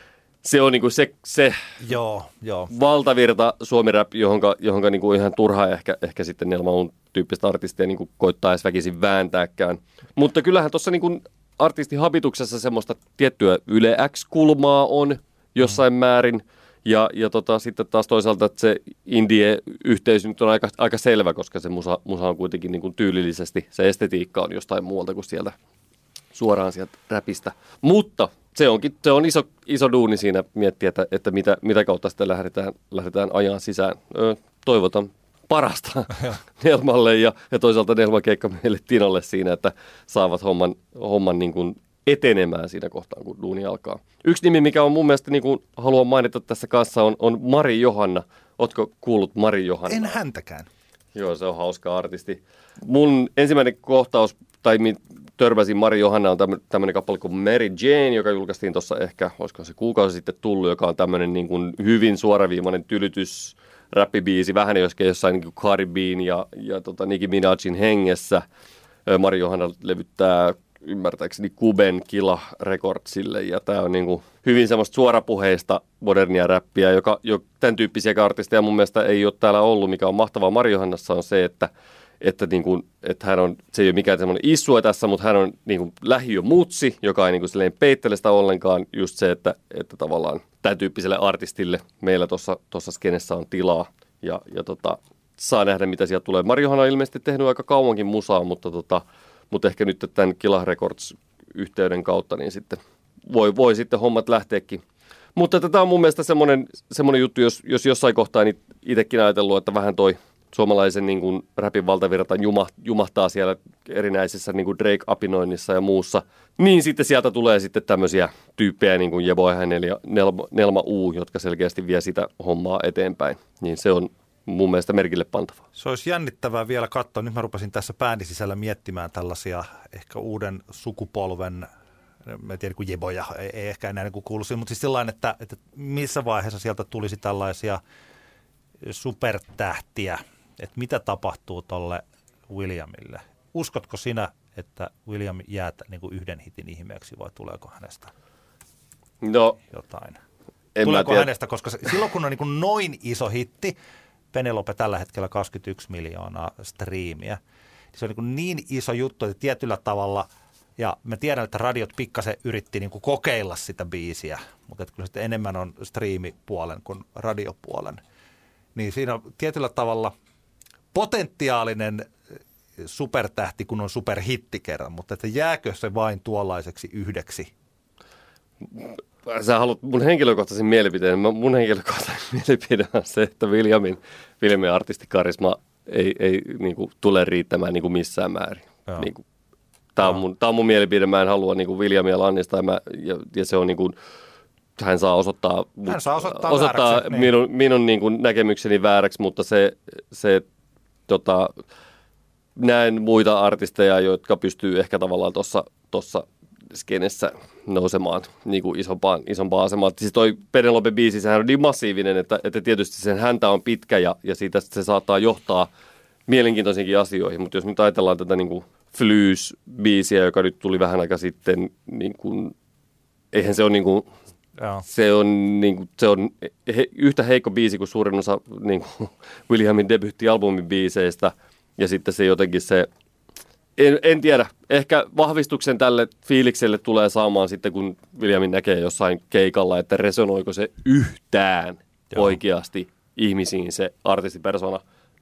se on niinku se, se joo, joo. valtavirta suomi-rap, johonka, johonka niinku ihan turhaa ehkä, ehkä sitten Nelma Uun tyyppistä artistia niinku koittaa edes väkisin vääntääkään. Mutta kyllähän tuossa niinku artistihabituksessa semmoista tiettyä Yle X-kulmaa on jossain mm. määrin. Ja, ja tota, sitten taas toisaalta, että se indie-yhteys nyt on aika, aika selvä, koska se musa, musa on kuitenkin niinku tyylillisesti, se estetiikka on jostain muualta kuin sieltä suoraan sieltä räpistä. Mutta se onkin se on iso, iso duuni siinä miettiä, että, että mitä, mitä kautta sitten lähdetään, lähdetään ajaa sisään. Öö, toivotan parasta Nelmalle ja, ja toisaalta Nelman keikka meille Tinolle siinä, että saavat homman, homman niin kuin etenemään siinä kohtaa, kun duuni alkaa. Yksi nimi, mikä on mun mielestä, niin kuin haluan mainita tässä kanssa, on, on Mari Johanna. Ootko kuullut Mari Johanna? En häntäkään. Joo, se on hauska artisti. Mun ensimmäinen kohtaus, tai törmäsin Mari Johanna, on tämmöinen kappale kuin Mary Jane, joka julkaistiin tuossa ehkä, olisiko se kuukausi sitten tullut, joka on tämmöinen niin kuin hyvin suoraviimainen tylytys, räppibiisi, vähän jossain niin kuin Cardi B:n ja, ja tota Nicki Minajin hengessä. Mari Johanna levyttää ymmärtääkseni Kuben Killa Recordsille, ja tämä on niin kuin hyvin semmoista suorapuheista modernia räppiä, joka jo tämän tyyppisiä artisteja mun mielestä ei ole täällä ollut, mikä on mahtavaa Mari Johannassa on se, että Että, niin kuin, että hän on, se ei ole mikään semmoinen issue tässä, mutta hän on niin kuin lähiömutsi, joka ei niin kuin silleen peittele sitä ollenkaan. Just se, että, että tavallaan tämän tyyppiselle artistille meillä tuossa skenessä on tilaa ja, ja tota, saa nähdä, mitä sieltä tulee. Mari Johanna on ilmeisesti tehnyt aika kauankin musaa, mutta, tota, mutta ehkä nyt tämän Killa Records-yhteyden kautta niin sitten voi, voi sitten hommat lähteäkin. Mutta tämä on mun mielestä semmoinen, semmoinen juttu, jos, jos jossain kohtaa niin itsekin ajatellut, että vähän toi suomalaisen niin kuin räpin valtavirta jumahtaa siellä erinäisissä niin kuin Drake-apinoinnissa ja muussa. Niin sitten sieltä tulee sitten tämmöisiä tyyppejä niin kuin Jebo Hänel ja Nelma, Nelma U, jotka selkeästi vie sitä hommaa eteenpäin. Niin se on mun mielestä merkille pantavaa. Se olisi jännittävää vielä katsoa. Nyt mä rupesin tässä pääni sisällä miettimään tällaisia ehkä uuden sukupolven, mä en tiedä kuin Jeboja, ei, ei ehkä enää niin kuulu siihen, mutta siis sellainen, että, että missä vaiheessa sieltä tulisi tällaisia supertähtiä, että mitä tapahtuu tolle Williamille. Uskotko sinä, että William jää niin kuin yhden hitin ihmeeksi vai tuleeko hänestä no, jotain? En tuleeko hänestä, koska se, silloin kun on niin kuin noin iso hitti, Penelope tällä hetkellä kaksikymmentäyksi miljoonaa striimiä. Se on niin, niin iso juttu, että tietyllä tavalla, ja mä tiedän, että radiot pikkasen yritti niin kuin kokeilla sitä biisiä, mutta että kyllä sitten enemmän on striimipuolen kuin radiopuolen. Niin siinä on tietyllä tavalla potentiaalinen supertähti, kun on superhitti kerran, mutta että jääkö se vain tuollaiseksi yhdeksi? Sä haluat mun henkilökohtaisen mielipiteen. Mun henkilökohtaisen mielipide on se, että Williamin, Williamin artistikarisma ei, ei niin kuin, tule riittämään niin kuin missään määrin. Niin kuin, tää, on mun, tää on mun mielipide. Mä en halua niin kuin Williamia lannistaa ja, ja, ja se on niin kuin, hän saa osoittaa, hän saa osoittaa, osoittaa vääräksi, minun, niin. minun niin kuin näkemykseni vääräksi, mutta se, se tota, näen muita artisteja, jotka pystyy ehkä tavallaan tuossa tossa skenessä nousemaan niin kuin isompaan, isompaan asemaan. Siis toi Penelope-biisi, sehän on niin massiivinen, että, että tietysti sen häntä on pitkä ja, ja siitä se saattaa johtaa mielenkiintoisiinkin asioihin. Mutta jos nyt ajatellaan tätä niin kuin Flyys-biisiä, joka nyt tuli vähän aika sitten, niin kuin, eihän se ole niin kuin, se on, niin kuin, se on he, yhtä heikko biisi kuin suurin osa niin kuin Williamin debyyttialbumin biiseistä. Ja sitten se jotenkin se, en, en tiedä, ehkä vahvistuksen tälle fiilikselle tulee saamaan sitten, kun Williamin näkee jossain keikalla, että resonoiko se yhtään Joo. oikeasti ihmisiin se artistipersona.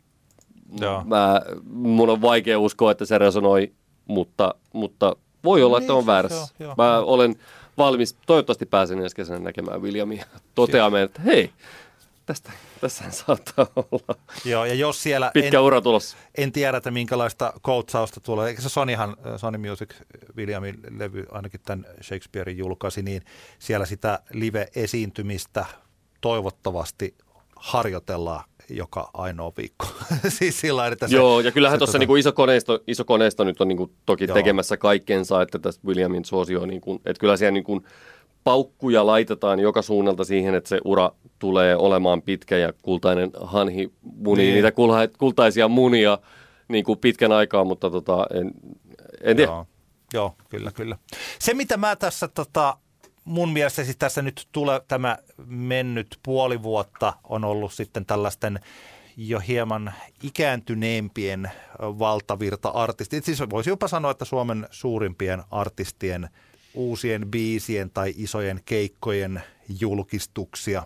Joo. Mä, mun on vaikea uskoa, että se resonoi, mutta, mutta voi olla, niin, että on väärässä. Jo, jo. Mä olen valmis, toivottavasti pääsen ensi kesänä näkemään Williamia. Toteamme, että hei, tästä, tässähän saattaa olla Joo, ja jos siellä pitkä en, ura tulossa. En tiedä, että minkälaista coachausta tulee. Eikö se Sonyhan, Sony Music, Williamin levy, ainakin tämän Shakespearein julkaisi, niin siellä sitä live-esiintymistä toivottavasti harjoitellaan joka ainoa viikko. siis sillä että se, Joo, ja kyllähän tuossa tota... niinku iso, koneisto, iso koneisto nyt on niinku toki Joo. tekemässä kaikkensa, että tästä Williamin suosio, niinku, että kyllä siellä niinku paukkuja laitetaan joka suunnalta siihen, että se ura tulee olemaan pitkä ja kultainen hanhi muni, niin. niitä kultaisia munia niin kuin pitkän aikaa, mutta tota, en, en tiedä. Joo. Joo, kyllä, kyllä. Se, mitä mä tässä, tota, mun mielestä siis tässä nyt tulee tämä mennyt puoli vuotta, on ollut sitten tällaisten jo hieman ikääntyneempien valtavirta-artistit. Siis voisi jopa sanoa, että Suomen suurimpien artistien uusien biisien tai isojen keikkojen julkistuksia.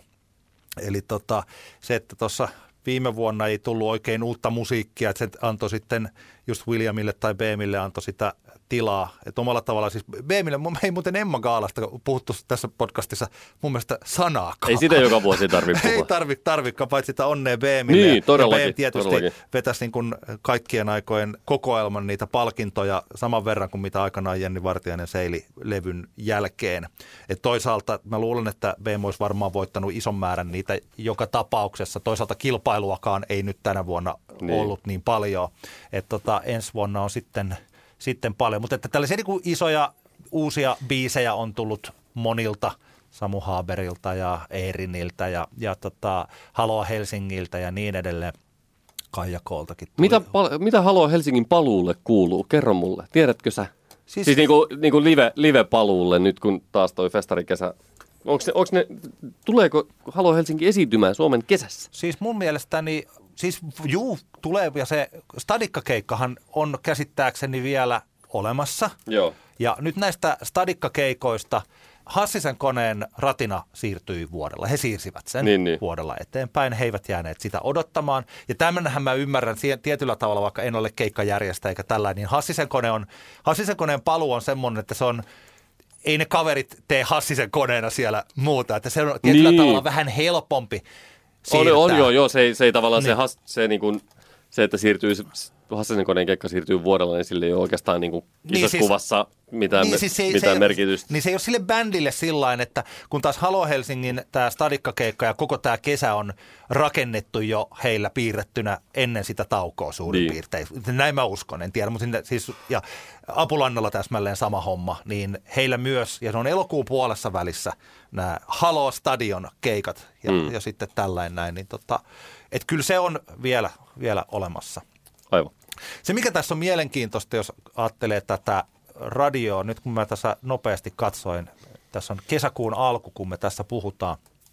Eli tota, se, että tuossa viime vuonna ei tullut oikein uutta musiikkia, että se antoi sitten just Williamille tai Beemille antoi sitä tilaa. Että omalla tavallaan siis Beemille, ei muuten Emma Gaalasta puhuttu tässä podcastissa mun mielestä sanaakaan. Ei sitä joka vuosi tarvitse puhua. Ei tarvitse, tarvitse, paitsi sitä onnea Beemille. Niin, todellakin. Ja tietysti todellakin. vetäisi niin kuin kaikkien aikojen kokoelman niitä palkintoja saman verran kuin mitä aikanaan Jenni Vartiainen seili levyn jälkeen. Et toisaalta mä luulen, että Beem olisi varmaan voittanut ison määrän niitä joka tapauksessa. Toisaalta kilpailuakaan ei nyt tänä vuonna niin. ollut niin paljon. Että tota, ensi vuonna on sitten... Sitten paljon, mutta että tällaisia niin kuin isoja uusia biisejä on tullut monilta, Samu Haaberilta ja Eeriniltä ja, ja tota, Haloa Helsingiltä ja niin edelleen. Kaija Kooltakin tuli. Mitä, pal- mitä Haloa Helsingin paluulle kuuluu? Kerro mulle. Tiedätkö sä? Siis, siis niin kuin, niin kuin live, live-paluulle nyt, kun taas toi festarikesä. Onko ne, onko ne, tuleeko Haloa Helsinki esiintymään Suomen kesässä? Siis mun mielestäni... Siis juu, tulee ja se stadikkakeikkahan on käsittääkseni vielä olemassa. Joo. Ja nyt näistä stadikkakeikoista Hassisen koneen ratina siirtyi vuodella. He siirsivät sen niin, niin. vuodella eteenpäin. He eivät jääneet sitä odottamaan. Ja tämmönhän mä ymmärrän tietyllä tavalla, vaikka en ole keikkajärjestä eikä tällainen, niin Hassisen kone on, Hassisen koneen paluu on semmoinen, että se on, ei ne kaverit tee Hassisen koneena siellä muuta. Että se on tietyllä niin. tavalla vähän helpompi. On, on joo, joo, se ei, se ei tavallaan niin. se, has, se, niin kuin, se, että siirtyy, Hassisen koneen keikka siirtyy vuodella, niin sille ei ole oikeastaan niin kuin isossa niin siis, kuvassa mitään, niin siis se, mitään se, merkitystä. Niin se ei ole sille bändille sillain, että kun taas Halo Helsingin tämä stadikkakeikka ja koko tämä kesä on rakennettu jo heillä piirrettynä ennen sitä taukoa suurin niin. piirtein. Näin mä uskon, en tiedä, mutta siis, ja Apulannalla täsmälleen sama homma, niin heillä myös, ja se on elokuun puolessa välissä nämä Halo Stadion keikat ja, mm. ja sitten tällainen näin, niin tota, että kyllä se on vielä, vielä olemassa. Aivan. Se, mikä tässä on mielenkiintoista, jos ajattelee tätä radioa, nyt kun mä tässä nopeasti katsoin, tässä on kesäkuun alku, kun me tässä puhutaan,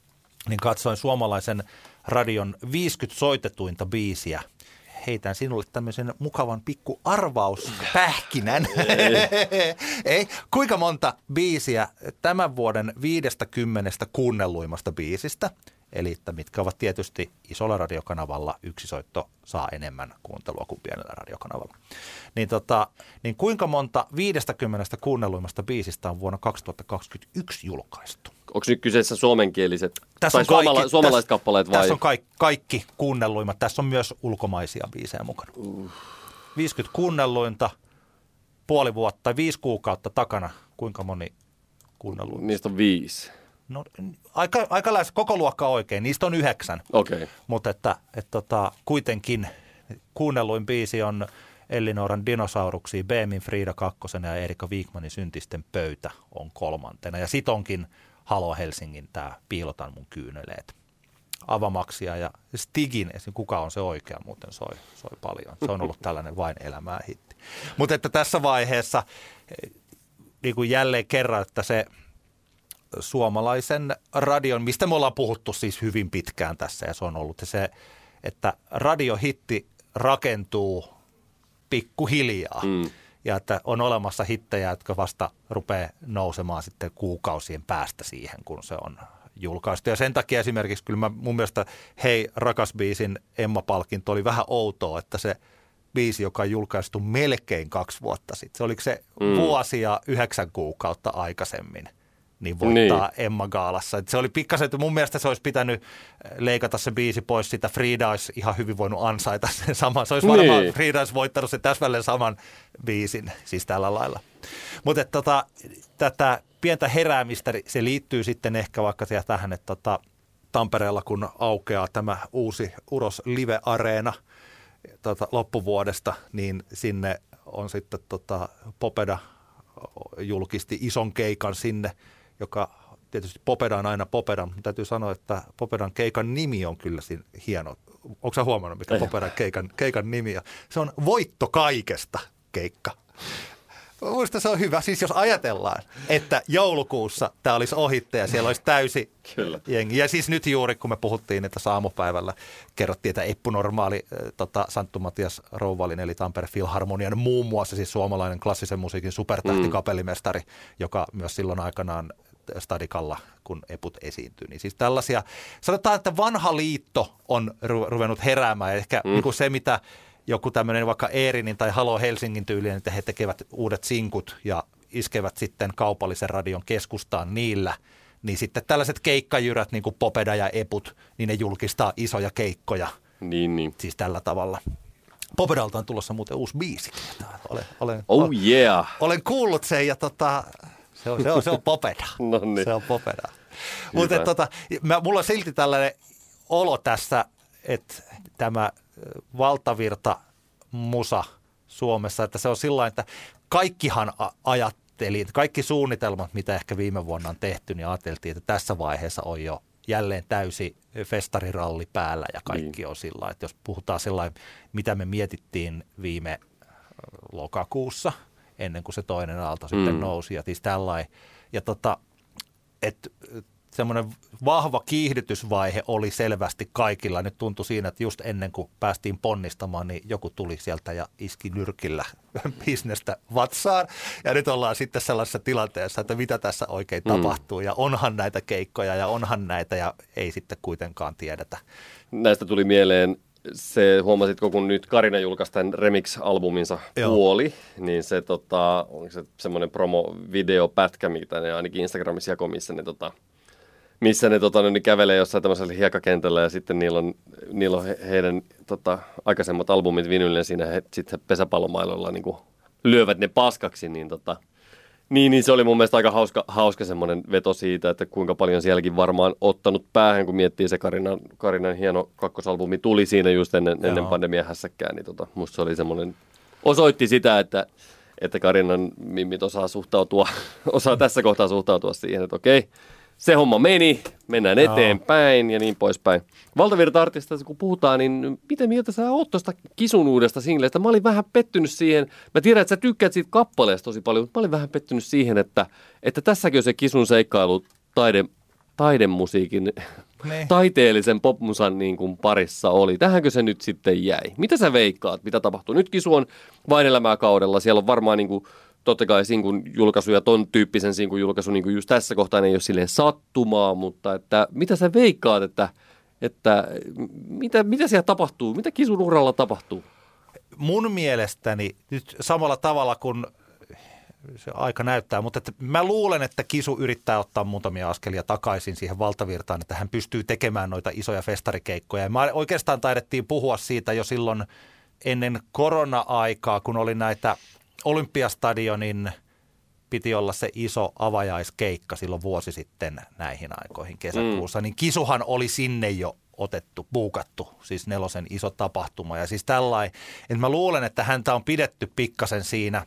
niin katsoin suomalaisen radion viisikymmentä soitetuinta biisiä. Heitän sinulle tämmöisen mukavan pikku arvauspähkinän. Ei. Ei. Kuinka monta biisiä tämän vuoden viidestäkymmenestä kuunnelluimmasta biisistä, eli että mitkä ovat tietysti isolla radiokanavalla, yksi soitto saa enemmän kuuntelua kuin pienellä radiokanavalla. Niin, tota, niin kuinka monta viidestäkymmenestä kuunnelluimmasta biisistä on vuonna kaksituhattakaksikymmentäyksi julkaistu? Onko nyt kyseessä suomenkieliset tässä tai kaikki, suomala- suomalaiset tässä, kappaleet vai? Tässä on kaikki, kaikki kuunnelluimmat. Tässä on myös ulkomaisia biisejä mukana. Uh. viisikymmentä kuunnelluinta, puoli vuotta tai viisi kuukautta takana. Kuinka moni kuunnelluinta? Niistä on viisi. No, aika, aika lähes koko luokka oikein. Niistä on yhdeksän. Okei. Okay. Mutta että, että tota, kuitenkin kuunnelluin biisi on Ellinoran Dinosauruksia, Beemin Frida kakkosena ja Erika Wigmanin Syntisten pöytä on kolmantena. Ja sit onkin Halo Helsingin tämä Piilotan mun kyyneleet. Avamaksia ja Stigin, esim. Kuka on se oikea, muuten soi, soi paljon. Se on ollut tällainen vain elämää hitti. Mutta että tässä vaiheessa niin kuin jälleen kerran, että se suomalaisen radion, mistä me ollaan puhuttu siis hyvin pitkään tässä ja se on ollut se, että radiohitti rakentuu pikkuhiljaa. Mm. Ja että on olemassa hittejä, jotka vasta rupeaa nousemaan sitten kuukausien päästä siihen, kun se on julkaistu. Ja sen takia esimerkiksi kyllä mä, mun mielestä Hei rakas biisin Emma-palkinto oli vähän outoa, että se biisi, joka on julkaistu melkein kaksi vuotta sitten. Se oliko se mm. vuosi ja yhdeksän kuukautta aikaisemmin, niin voittaa niin. Emma-gaalassa. Et se oli pikkasen, että mun mielestä se olisi pitänyt leikata se biisi pois sitä. Frida olisi ihan hyvin voinut ansaita sen saman. Se olisi niin. varmaan, Frida olisi voittanut sen täsmälleen saman biisin, siis tällä lailla. Mutta tota, tätä pientä heräämistä, se liittyy sitten ehkä vaikka tähän, että tota, Tampereella kun aukeaa tämä uusi Uros Live-areena tota, loppuvuodesta, niin sinne on sitten tota, Popeda julkisti ison keikan sinne, joka tietysti Popeda on aina Popeda, mutta täytyy sanoa, että Popedan keikan nimi on kyllä siinä hieno. Onko sä huomannut, mikä Popedan keikan, keikan nimi on? Se on Voitto kaikesta keikka. Minusta se on hyvä. Siis jos ajatellaan, että joulukuussa tämä olisi ohitte ja siellä olisi täysi Kyllä. jengi. Ja siis nyt juuri, kun me puhuttiin, että aamupäivällä kerrottiin, että Eppu Normaali, tota, Santtu Matias Rouvalin, eli Tampere Filharmonian muun muassa, siis suomalainen klassisen musiikin supertähtikapellimestari, mm. joka myös silloin aikanaan Stadikalla, kun Eput esiintyi. Niin siis tällaisia, sanotaan, että vanha liitto on ru- ruvennut heräämään. Ja ehkä mm. niin kuin se, mitä joku tämmöinen vaikka Eerinin tai Halo Helsingin tyylinen, että he tekevät uudet sinkut ja iskevät sitten kaupallisen radion keskustaan niillä, niin sitten tällaiset keikkajyrät, niin kuin Popeda ja Eput, niin ne julkistaa isoja keikkoja. Niin, niin. Siis tällä tavalla. Popedalta on tulossa muuten uusi biisi. Olen, olen, oh yeah. Olen kuullut sen ja tota, se on, se on, se on Popeda. No niin. Se on Popeda. Mutta tota, mä, mulla on silti tällainen olo tässä, että tämä valtavirta musa Suomessa, että se on sillain, että kaikkihan ajatteli, kaikki suunnitelmat, mitä ehkä viime vuonna on tehty, niin ajateltiin, että tässä vaiheessa on jo jälleen täysi festariralli päällä ja kaikki niin. on sillä, että jos puhutaan sellainen, mitä me mietittiin viime lokakuussa, ennen kuin se toinen aalto mm. sitten nousi ja siis tällainen, ja tota, että semmoinen vahva kiihdytysvaihe oli selvästi kaikilla. Nyt tuntui siinä, että just ennen kuin päästiin ponnistamaan, niin joku tuli sieltä ja iski nyrkillä bisnestä vatsaan. Ja nyt ollaan sitten sellaisessa tilanteessa, että mitä tässä oikein mm. tapahtuu. Ja onhan näitä keikkoja ja onhan näitä ja ei sitten kuitenkaan tiedetä. Näistä tuli mieleen se, huomasitko, kun nyt Karina julkaisi tämän Remix-albuminsa Joo. Puoli, niin se, tota, onko se semmoinen promo-videopätkä, mitä ne ainakin Instagramissa jakoi, missä ne tota, missä ne, tota, ne kävelee jossain tämmöisellä hiekakentällä ja sitten niillä on, niillä on he, heidän tota, aikaisemmat albumit vinylinen siinä he sitten pesäpallomailoilla niin kuin lyövät ne paskaksi, niin, tota, niin, niin se oli mun mielestä aika hauska, hauska semmoinen veto siitä, että kuinka paljon sielläkin varmaan ottanut päähän, kun miettii se Karinan, Karinan hieno kakkosalbumi tuli siinä just ennen, ennen pandemian hässäkkää, niin tota, musta se oli semmoinen, osoitti sitä, että, että Karinan mimmit osaa suhtautua, osaa tässä kohtaa suhtautua siihen, että okei, se homma meni, mennään eteenpäin ja niin poispäin. Valtavirta-artista, kun puhutaan, niin miten mieltä sä oot tuosta Kisun uudesta singlestä? Mä olin vähän pettynyt siihen, mä tiedän, että sä tykkäät siitä kappaleesta tosi paljon, mutta mä olin vähän pettynyt siihen, että, että tässäkin on se Kisun seikkailu taide, taidemusiikin niin. taiteellisen popmusan niin kuin parissa oli. Tähänkö se nyt sitten jäi? Mitä sä veikkaat, mitä tapahtuu? Nyt Kisu on Vain elämää kaudella. Siellä on varmaan niin kuin, totta kai sinkun julkaisu ja ton tyyppisen sinkun julkaisu niin kuin just tässä kohtaa ei ole silleen sattumaa, mutta että, mitä sä veikkaat, että, että mitä, mitä siellä tapahtuu? Mitä Kisun uralla tapahtuu? Mun mielestäni nyt samalla tavalla kuin se aika näyttää, mutta että mä luulen, että Kisu yrittää ottaa muutamia askelia takaisin siihen valtavirtaan, että hän pystyy tekemään noita isoja festarikeikkoja. Ja mä oikeastaan taidettiin puhua siitä jo silloin ennen korona-aikaa, kun oli näitä Olympiastadionin, piti olla se iso avajaiskeikka silloin vuosi sitten näihin aikoihin kesäkuussa, mm. niin Kisuhan oli sinne jo otettu, buukattu, siis nelosen iso tapahtuma. Ja siis tällainen, että mä luulen, että häntä on pidetty pikkasen siinä,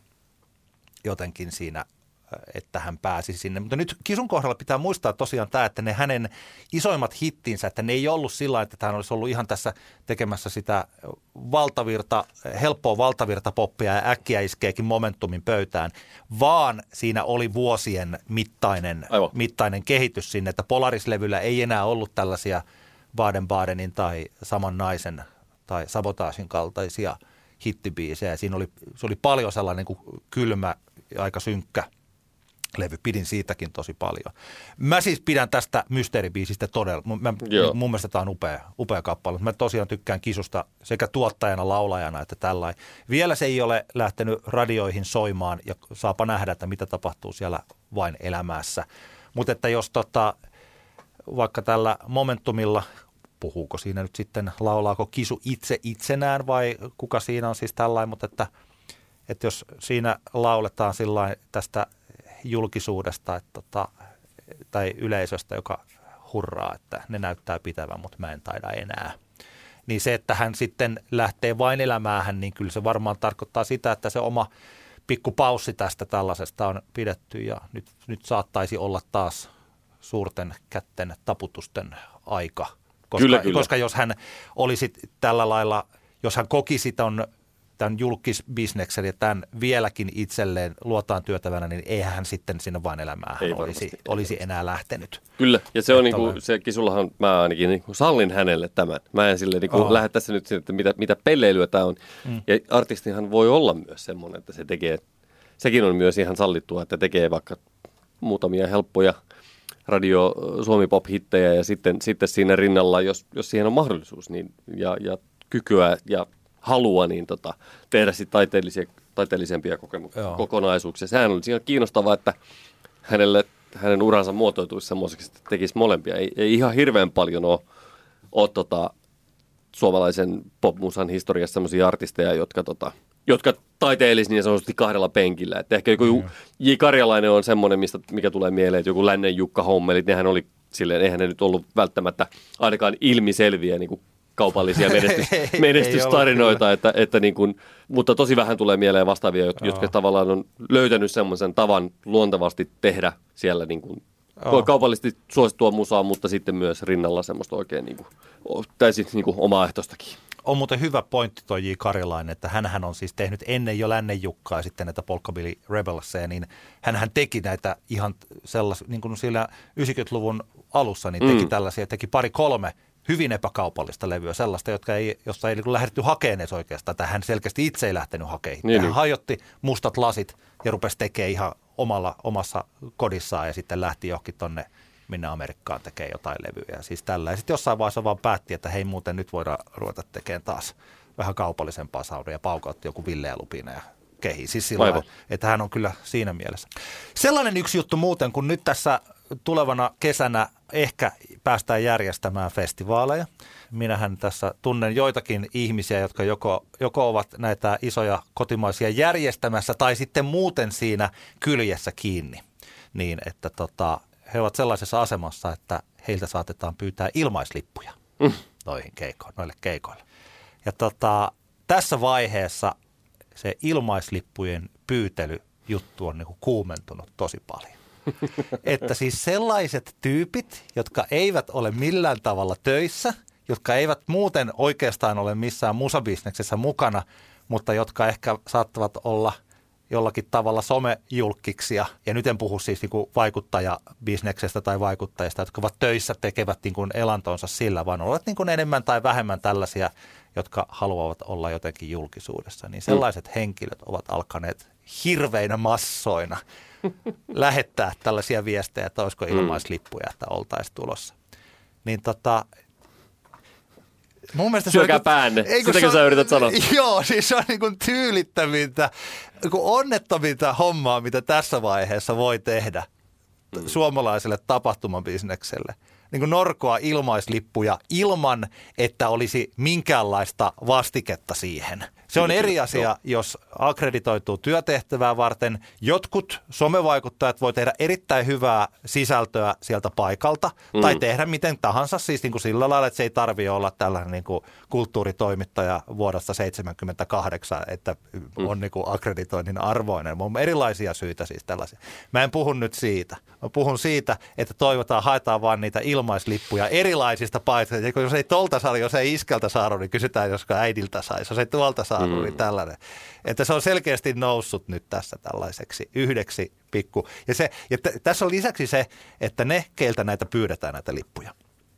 jotenkin siinä, että hän pääsi sinne. Mutta nyt Kisun kohdalla pitää muistaa tosiaan tämä, että ne hänen isoimmat hittinsä, että ne ei ollut sillä, että hän olisi ollut ihan tässä tekemässä sitä valtavirta, helppoa valtavirtapoppia ja äkkiä iskeekin momentumin pöytään, vaan siinä oli vuosien mittainen, mittainen kehitys sinne, että Polaris-levyllä ei enää ollut tällaisia Baden-Badenin tai Saman naisen tai Sabotaasin kaltaisia hittibiisejä. Siinä oli, se oli paljon sellainen niin kuin kylmä ja aika synkkä levy. Pidin siitäkin tosi paljon. Mä siis pidän tästä mysteeribiisistä todella. Mä, mun mielestä tämä on upea, upea kappale. Mä tosiaan tykkään Kisusta sekä tuottajana, laulajana että tällainen. Vielä se ei ole lähtenyt radioihin soimaan ja saapa nähdä, että mitä tapahtuu siellä Vain elämässä. Mutta että jos tota, vaikka tällä Momentumilla, puhuuko siinä nyt sitten, laulaako Kisu itse itsenään vai kuka siinä on siis tällainen, mutta että, että jos siinä lauletaan sillain tästä julkisuudesta että tota, tai yleisöstä, joka hurraa, että ne näyttää pitävän, mutta mä en taida enää. Niin se, että hän sitten lähtee Vain elämäähän, niin kyllä se varmaan tarkoittaa sitä, että se oma pikku paussi tästä tällaisesta on pidetty ja nyt, nyt saattaisi olla taas suurten kätten taputusten aika. Koska, kyllä, kyllä. koska jos hän olisi tällä lailla, jos hän kokisi ton, tämän julkisbisneksen ja tämän vieläkin itselleen luotaan työtävänä, niin eihän hän sitten sinne Vain elämään olisi, olisi enää lähtenyt. Kyllä, ja se on niin kuin, se Kisullahan mä ainakin niin kuin sallin hänelle tämän. Mä en silleen niin kuin lähde tässä nyt, että mitä, mitä pelleilyä tämä on. Mm. Ja artistihan voi olla myös semmoinen, että se tekee, sekin on myös ihan sallittua, että tekee vaikka muutamia helppoja radio Suomi Pop-hittejä ja sitten, sitten siinä rinnalla, jos, jos siihen on mahdollisuus niin, ja, ja kykyä ja halua, niin tota, tehdä sitten taiteellisia, taiteellisempia kokemu- kokonaisuuksia. Sehän oli ihan kiinnostavaa, että hänelle, hänen uransa muotoituisi semmoiseksi, että tekisi molempia. Ei, ei ihan hirveän paljon ole, ole tota, suomalaisen popmusan historiassa semmoisia artisteja, jotka tota, jotka taiteellisi niin sanotusti kahdella penkillä. Että ehkä joku mm. J. Karjalainen on semmoinen, mistä, mikä tulee mieleen, että joku Lännen Jukka Hommelit, nehän oli silleen, eihän ne nyt ollut välttämättä ainakaan ilmiselviä niin kuin kaupallisia menestys, menestystarinoita, että, että niin kuin, mutta tosi vähän tulee mieleen vastaavia, jotka, jotka tavallaan on löytänyt semmoisen tavan luontevasti tehdä siellä niin kuin kaupallisesti suosittua musaa, mutta sitten myös rinnalla semmoista oikein niin kuin, täysin niin kuin omaehtoistakin. On muuten hyvä pointti toi J. Karjalainen, että hänhän on siis tehnyt ennen jo Lännen Jukkaa ja sitten näitä Polkkabilly Rebelsia, niin hänhän teki näitä ihan sellaisia, niin kuin siellä yhdeksänkymmentäluvun alussa, niin teki mm. tällaisia, teki pari kolme hyvin epäkaupallista levyä, sellaista, jotka ei, jossa ei niin lähdetty hakemaan edes oikeastaan, tai hän selkeästi itse ei lähtenyt hakemaan. Niin, hän niin. hajotti mustat lasit ja rupesi tekemään ihan omalla, omassa kodissaan ja sitten lähti johonkin tonne minne Amerikkaan tekee jotain levyjä. Siis tällä. Ja sitten jossain vaiheessa vaan päätti, että hei muuten nyt voidaan ruveta tekemään taas vähän kaupallisempaa saudia ja paukautti joku Ville ja Lupina ja kehi. Siis sillä että hän on kyllä siinä mielessä. Sellainen yksi juttu muuten, kun nyt tässä tulevana kesänä ehkä päästään järjestämään festivaaleja. Minähän tässä tunnen joitakin ihmisiä, jotka joko, joko ovat näitä isoja kotimaisia järjestämässä tai sitten muuten siinä kyljessä kiinni. Niin, että tota, he ovat sellaisessa asemassa, että heiltä saatetaan pyytää ilmaislippuja mm. noihin keiko- noille keikoille. Ja tota, tässä vaiheessa se ilmaislippujen pyytelyjuttu on niinku kuumentunut tosi paljon. Että siis sellaiset tyypit, jotka eivät ole millään tavalla töissä, jotka eivät muuten oikeastaan ole missään musabisneksessä mukana, mutta jotka ehkä saattavat olla jollakin tavalla somejulkkiksia, ja nyt en puhu siis niin kuin vaikuttajabisneksestä tai vaikuttajista, jotka ovat töissä, tekevät niin kuin elantonsa sillä, vaan ovat niin kuin enemmän tai vähemmän tällaisia, jotka haluavat olla jotenkin julkisuudessa. Niin sellaiset mm. henkilöt ovat alkaneet hirveinä massoina lähettää tällaisia viestejä, että olisiko ilmaislippuja, että oltaisiin tulossa. Niin tota... Syökää niin päänne, sitäkö sä yrität sanoa? Joo, siis se on niin kuin tyylittävintä, niin kuin onnettominta hommaa, mitä tässä vaiheessa voi tehdä mm. suomalaiselle tapahtumabisnekselle. Niin kuin norkoa ilmaislippuja ilman, että olisi minkäänlaista vastiketta siihen. Se on eri asia, jos akkreditoituu työtehtävää varten. Jotkut somevaikuttajat voi tehdä erittäin hyvää sisältöä sieltä paikalta mm. tai tehdä miten tahansa, siis niin kuin sillä lailla, että se ei tarvitse olla tällainen niin kuin kulttuuritoimittaja vuodesta seitsemänkymmentäkahdeksan, että on niin kuin akkreditoinnin arvoinen. On erilaisia syitä siis tällaisia. Mä en puhu nyt siitä. Mä puhun siitä, että toivotaan, haetaan vaan niitä ilmaislippuja erilaisista paikoista. Jos ei tolta saada, jos ei iskältä saada, niin kysytään, josko äidiltä saisi. Jos ei tuolta saada, mm. niin tällainen. Että se on selkeästi noussut nyt tässä tällaiseksi yhdeksi pikku. Ja, se, ja t- tässä on lisäksi se, että ne, keiltä näitä pyydetään näitä lippuja,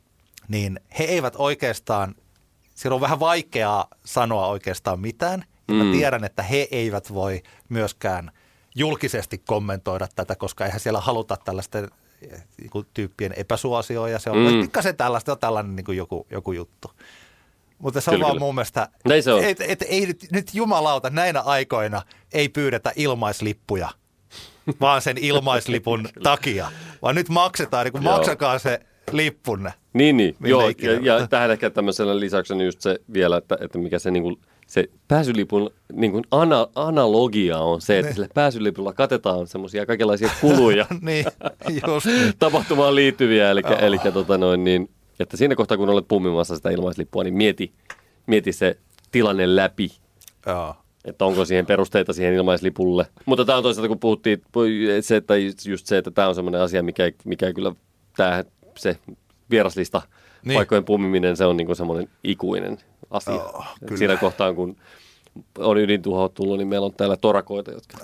niin he eivät oikeastaan, siellä on vähän vaikeaa sanoa oikeastaan mitään. Ja mm. mä tiedän, että he eivät voi myöskään julkisesti kommentoida tätä, koska eihän siellä haluta tällaisten niin kuin, tyyppien epäsuosioa ja se on mm. pikkasen tällaista, on tällainen niin kuin joku, joku juttu. Mutta se on kyllä, vaan kyllä. mun mielestä, että et, ei nyt, nyt jumalauta näinä aikoina ei pyydetä ilmaislippuja, vaan sen ilmaislipun takia, vaan nyt maksetaan, niin kuin maksakaa se lippunne. Niin, niin. Joo, ja, ja tähän ehkä tämmöisellä lisäyksenä just se vielä, että, että mikä se, niin kuin, se pääsylipun niin kuin ana, analogia on se, että ne. Sille pääsylipulla katetaan semmoisia kaikenlaisia kuluja niin, just niin. tapahtumaan liittyviä, eli, oh. eli tota noin niin, että siinä kohtaa, kun olet pummimassa sitä ilmaislippua, niin mieti, mieti se tilanne läpi, oh. että onko siihen perusteita siihen ilmaislipulle. Mutta tämä on toisaalta, kun puhuttiin, se, että just se, että tämä on semmoinen asia, mikä, mikä kyllä, tämä, se vieraslista niin. paikkojen pummiminen, se on niin kuin semmoinen ikuinen asia. Oh, siinä kohtaa, kun on ydintuho tullut, niin meillä on täällä torakoita, jotka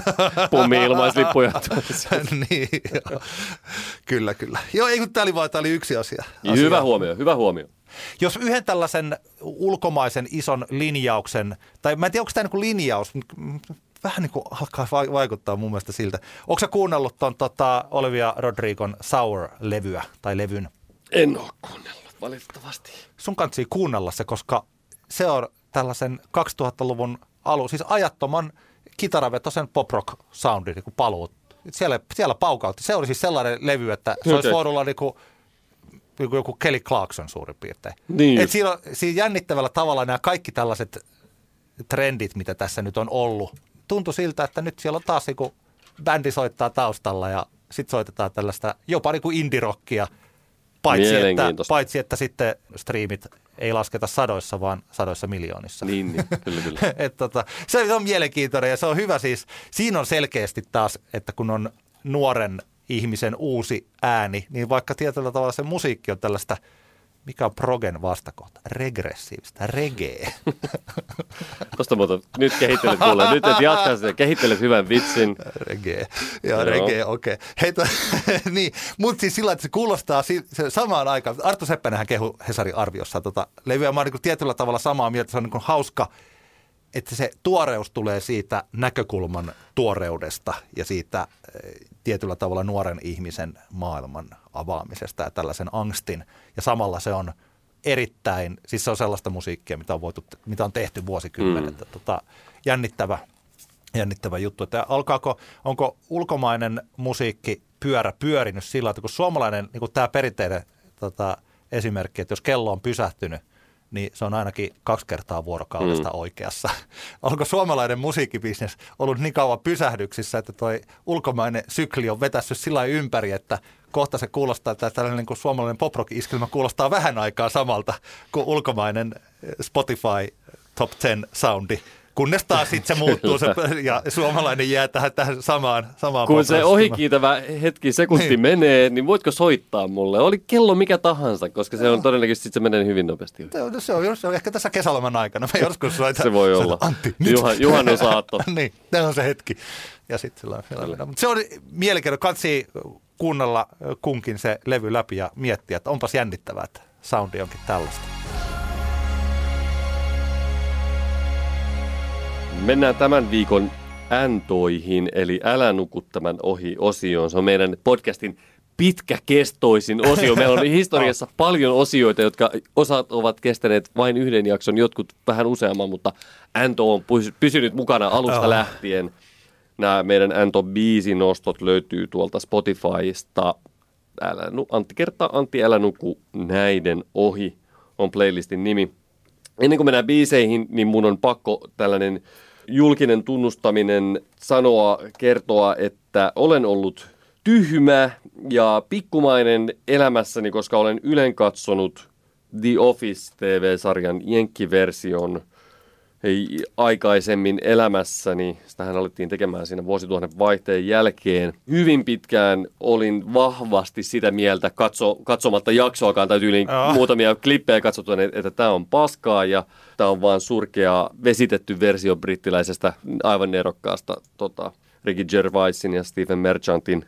pummii ilmaislippuja. niin, joo. Kyllä, kyllä. Joo, ei kun tämä oli vaan, tämä oli yksi asia. asia. Hyvä huomio, hyvä huomio. Jos yhden tällaisen ulkomaisen ison linjauksen, tai mä en tiedä, onko tämä niin kuin linjaus, vähän niin kuin alkaa vaikuttaa mun mielestä siltä. Onko sä kuunnellut ton tota, Olivia Rodrigon Sour-levyä tai levyn? En ole kuunnellut, valitettavasti. Sun kannattaa kuunnella se, koska se on tällaisen kaksituhattaluvun alun, siis ajattoman kitaravetosen pop-rock-soundin niin kuin paluut. Siellä, siellä paukautti. Se oli siis sellainen levy, että se okay. olisi voinut olla niin kuin, niin kuin joku Kelly Clarkson suurin piirtein. Niin Et siinä, on, siinä jännittävällä tavalla nämä kaikki tällaiset trendit, mitä tässä nyt on ollut. Tuntui siltä, että nyt siellä on taas niin kuin bändi soittaa taustalla ja sitten soitetaan tällaista jopa niin kuin indie-rockia. Paitsi että, paitsi, että sitten striimit ei lasketa sadoissa, vaan sadoissa miljoonissa. Niin, niin kyllä, kyllä. Et, tota, se on mielenkiintoinen ja se on hyvä siis. Siinä on selkeästi taas, että kun on nuoren ihmisen uusi ääni, niin vaikka tietyllä tavalla se musiikki on tällaista, mikä on progen vastakohta? Regressiivistä, reggae. Tuosta muuta, nyt kehittelet kuule, nyt et jatkaa sitä, kehittelet hyvän vitsin. Reggae, joo, reggae, okei. Okay. niin, mutta siis sillä, että se kuulostaa si- se samaan aikaan. Arttu Seppänenhän kehui Hesarin arviossa tota levyä. Mä oon niin tietyllä tavalla samaa mieltä, se on niin hauska, että se tuoreus tulee siitä näkökulman tuoreudesta ja siitä tietyllä tavalla nuoren ihmisen maailman avaamisesta ja tällaisen angstin. Ja samalla se on erittäin, siis se on sellaista musiikkia, mitä on, voitu, mitä on tehty vuosikymmenet. Mm. Tota, jännittävä, jännittävä juttu. Että alkaako, onko ulkomainen musiikki pyörä pyörinyt sillä, että kun suomalainen, niin kuin tämä perinteinen tota, esimerkki, että jos kello on pysähtynyt, niin se on ainakin kaksi kertaa vuorokaudesta mm. oikeassa. Onko suomalainen musiikkibisnes ollut niin kauan pysähdyksissä, että toi ulkomainen sykli on vetässyt sillä lailla ympäri, että kohta se kuulostaa, että tällainen niin kuin suomalainen pop-rock-iskelmä kuulostaa vähän aikaa samalta kuin ulkomainen Spotify Top ten soundi Kunnes taas sitten se muuttuu se, ja suomalainen jää tähän, tähän samaan, samaan kun se ohikiitävä hetki, sekunti niin. menee, niin voitko soittaa mulle? Oli kello mikä tahansa, koska se on todennäköisesti se menee hyvin nopeasti. Se on, se on ehkä tässä kesäloman aikana. Mä joskus soitan. Se voi olla. Antti, Juha, juhannusaatto. Niin, tämä on se hetki. Ja sitten sillä on Mutta se on mielenkiintoinen. Katsi kuunnella kunkin se levy läpi ja miettiä, että onpas jännittävää, että soundi onkin tällaista. Mennään tämän viikon Antoihin, eli Älä nuku tämän ohi -osioon. Se on meidän podcastin pitkäkestoisin osio. Meillä on historiassa paljon osioita, jotka osat ovat kestäneet vain yhden jakson, jotkut vähän useamman, mutta Anto on pysynyt mukana alusta lähtien. Nämä meidän Anto-biisinostot löytyy tuolta Spotifysta. Älä, Antti kertaa Antti, älä nuku näiden ohi on playlistin nimi. Ennen kuin mennään biiseihin, niin mun on pakko tällainen julkinen tunnustaminen sanoa, kertoa, että olen ollut tyhmä ja pikkumainen elämässäni, koska olen ylen katsonut The Office-T V-sarjan jenkkiversion aikaisemmin elämässäni. Sitähän alettiin tekemään siinä vuosituhannen vaihteen jälkeen. Hyvin pitkään olin vahvasti sitä mieltä, katso, katsomatta jaksoakaan tai tyyliin oh. muutamia klippejä katsottua, että, että tämä on paskaa ja tämä on vaan surkea vesitetty versio brittiläisestä aivan nerokkaasta tota, Ricky Gervaisin ja Stephen Merchantin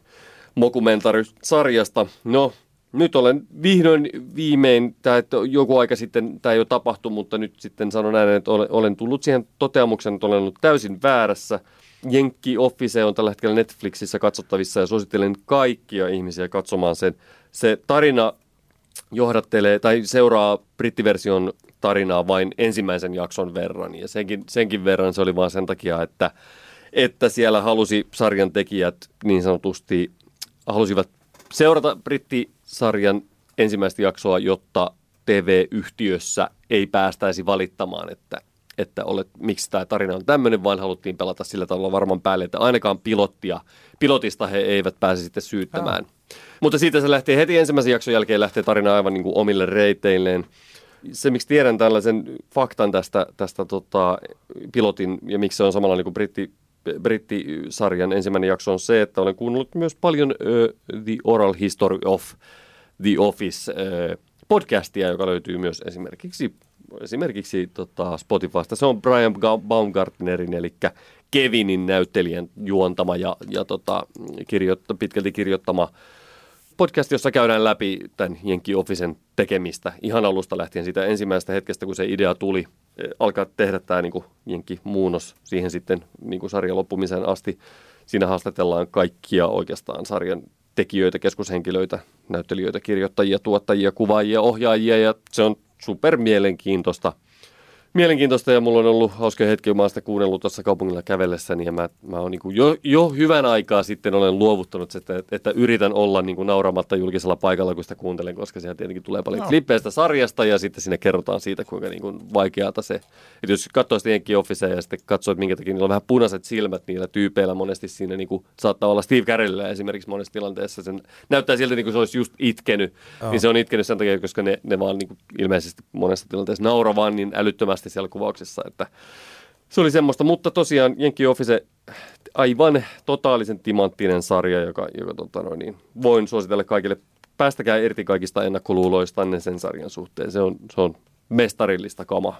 mokumentaarisarjasta. No, nyt olen vihdoin viimein, tämä, että joku aika sitten tämä ei ole tapahtunut, mutta nyt sitten sanon ääneen, että olen, olen tullut siihen toteamukseen, että olen ollut täysin väärässä. Jenkki Office on tällä hetkellä Netflixissä katsottavissa ja suosittelen kaikkia ihmisiä katsomaan sen. Se tarina johdattelee tai seuraa brittiversion tarinaa vain ensimmäisen jakson verran ja senkin, senkin verran se oli vaan sen takia, että, että siellä halusi sarjan tekijät niin sanotusti, halusivat seurata brittisarjan ensimmäistä jaksoa, jotta T V-yhtiössä ei päästäisi valittamaan, että, että olet, miksi tämä tarina on tämmöinen, vaan haluttiin pelata sillä tavalla varman päälle, että ainakaan pilottia, pilotista he eivät pääse sitten syyttämään. Oh. Mutta siitä se lähtee heti ensimmäisen jakson jälkeen, lähtee tarina aivan niin kuin omille reiteilleen. Se, miksi tiedän tällaisen faktan tästä, tästä tota, pilotin ja miksi se on samalla niin kuin britti, brittisarjan ensimmäinen jakso on se, että olen kuunnellut myös paljon uh, The Oral History of The Office uh, podcastia, joka löytyy myös esimerkiksi, esimerkiksi tota Spotifysta. Se on Brian Baumgartnerin, eli Kevinin näyttelijän juontama ja, ja tota, kirjoitta, pitkälti kirjoittama podcast, jossa käydään läpi tämän Jenkki Officen tekemistä ihan alusta lähtien siitä ensimmäisestä hetkestä, kun se idea tuli alkaa tehdä tämä niin kuin Jenkki-muunnos siihen sitten niin kuin sarjan loppumiseen asti. Siinä haastatellaan kaikkia oikeastaan sarjan tekijöitä, keskushenkilöitä, näyttelijöitä, kirjoittajia, tuottajia, kuvaajia, ohjaajia ja se on super mielenkiintoista. Mielenkiintoista ja mulla on ollut hauska hetki, kun mä oon sitä kuunnellut tuossa kaupungilla kävellessäni ja mä, mä oon niin kuin jo, jo hyvän aikaa sitten olen luovuttanut, että, että yritän olla niin kuin nauramatta julkisella paikalla, kun sitä kuuntelen, koska siellä tietenkin tulee paljon no. klippejä sitä sarjasta ja sitten siinä kerrotaan siitä, kuinka niin kuin vaikeata se. Että jos katsoo sitä Jenkki Officea ja sitten katsoo, että minkä takia niillä on vähän punaiset silmät niillä tyypeillä monesti siinä niin kuin saattaa olla Steve Carellillä esimerkiksi monessa tilanteessa. Sen näyttää siltä, niin kuin se olisi just itkenyt, oh. niin se on itkenyt sen takia, koska ne, ne vaan niin kuin ilmeisesti monessa tilanteessa nauraa vaan niin älyttömästi siellä kuvauksessa, että se oli semmoista, mutta tosiaan Jenkki Office aivan totaalisen timanttinen sarja, joka, joka tota noin, niin voin suositella kaikille. Päästäkää irti kaikista ennakkoluuloistanne sen sarjan suhteen. Se on, se on mestarillista kamaa.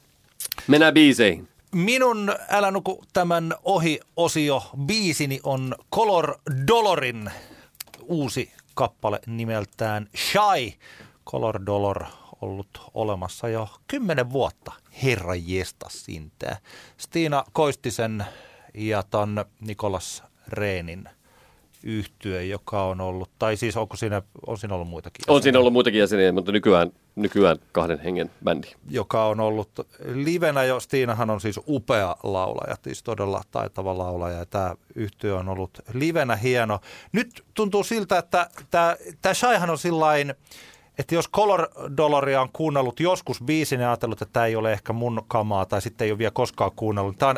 Mennään biiseihin. Minun Älä nuku tämän ohi-osio biisini on Color Dolorin uusi kappale nimeltään Shy. Color Dolor ollut olemassa jo kymmenen vuotta. Herra jestas sintää. Stiina Koistisen ja ton Nikolas Rehnin yhtye, joka on ollut, tai siis onko siinä, on siinä ollut muitakin jäseniä? On siinä ollut muitakin jäseniä, mutta nykyään, nykyään kahden hengen bändi. Joka on ollut livenä jo. Stiinahan on siis upea laulaja, siis todella taitava laulaja, ja tämä yhtye on ollut livenä hieno. Nyt tuntuu siltä, että tämä Shyhan on sillain, että jos Color Doloria on kuunnellut joskus biisin ja ajatellut, että tämä ei ole ehkä mun kamaa tai sitten ei ole vielä koskaan kuunnellut, tämä on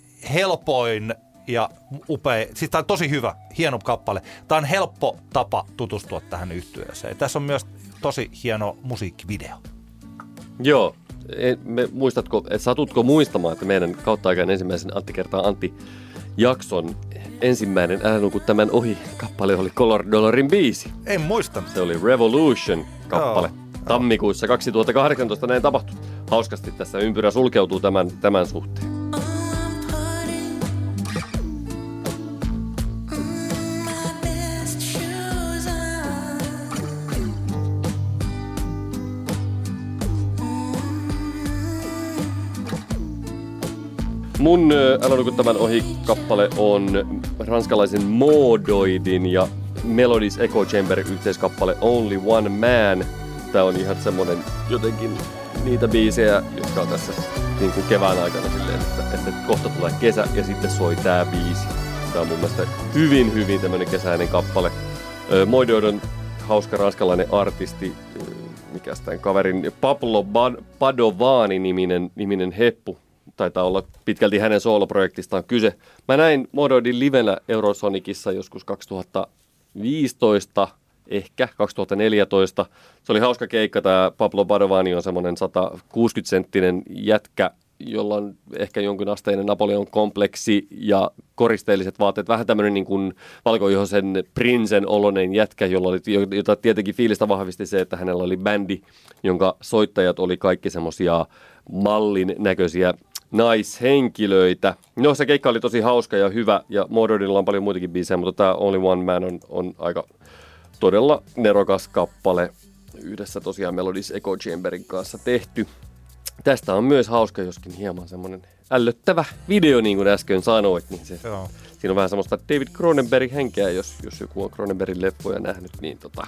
helpoin ja upea, siis tämä on tosi hyvä, hieno kappale. Tämä on helppo tapa tutustua tähän yhtyeeseen. Tässä on myös tosi hieno musiikkivideo. Joo, me, muistatko, et satutko muistamaan, että meidän kautta aikaan ensimmäisen Antti kertaa Antti jakson ensimmäinen Älä nuku tämän ohi kappale oli Color Dollarin biisi. En muista. Se oli Revolution kappale. Joo. Tammikuussa kaksituhattakahdeksantoista näin tapahtui. Hauskasti tässä ympyrä sulkeutuu tämän, tämän suhteen. Mun Älä nuku tämän ohi kappale on ranskalaisen Modoidin ja Melodies Echo Chamber yhteiskappale Only One Man. Tää on ihan semmonen jotenkin niitä biisejä, jotka on tässä niin kuin kevään aikana silleen, että, että kohta tulee kesä ja sitten soi tää biisi. Tää on mun mielestä hyvin, hyvin tämmönen kesäinen kappale. Modoid on hauska ranskalainen artisti, mikäs tämän kaverin, Pablo Padovani-niminen niminen heppu. Taitaa olla pitkälti hänen sooloprojektistaan kyse. Mä näin Modoidin livenä Eurosonicissa joskus kaksituhattaviisitoista, ehkä kaksituhattaneljätoista. Se oli hauska keikka. Tämä Pablo Padovani on semmoinen sata kuusikymmentä senttinen jätkä, jolla on ehkä jonkinasteinen Napoleon-kompleksi ja koristeelliset vaatteet. Vähän tämmöinen niin kuin valkoihoisen prinsen oloinen jätkä, jolla oli, jota tietenkin fiilistä vahvisti se, että hänellä oli bändi, jonka soittajat oli kaikki semmoisia mallin näköisiä naishenkilöitä. No, se keikka oli tosi hauska ja hyvä, ja Modoidilla on paljon muitakin biisejä, mutta tämä Only One Man on, on aika todella nerokas kappale, yhdessä tosiaan Melodies Echo Chamberin kanssa tehty. Tästä on myös hauska, joskin hieman semmoinen ällöttävä video, niin kuin äsken sanoit, niin se, siinä on vähän semmoista David Cronenbergin henkeä, jos, jos joku on Cronenbergin leffoja nähnyt, niin tota...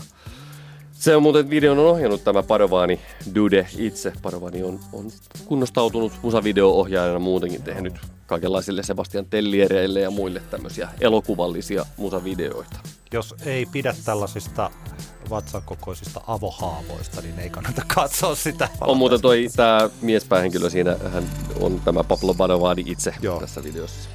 Se on muuten, videon on ohjannut tämä Padovani Dude itse. Padovani on, on kunnostautunut musavideo-ohjaajana muutenkin tehnyt kaikenlaisille Sebastian Telliereille ja muille tämmöisiä elokuvallisia musavideoita. Jos ei pidä tällaisista vatsakokoisista avohaavoista, niin ei kannata katsoa sitä. On muuten toi tämä miespäähenkilö siinä, hän on tämä Pablo Padovani itse. Joo. Tässä videossa.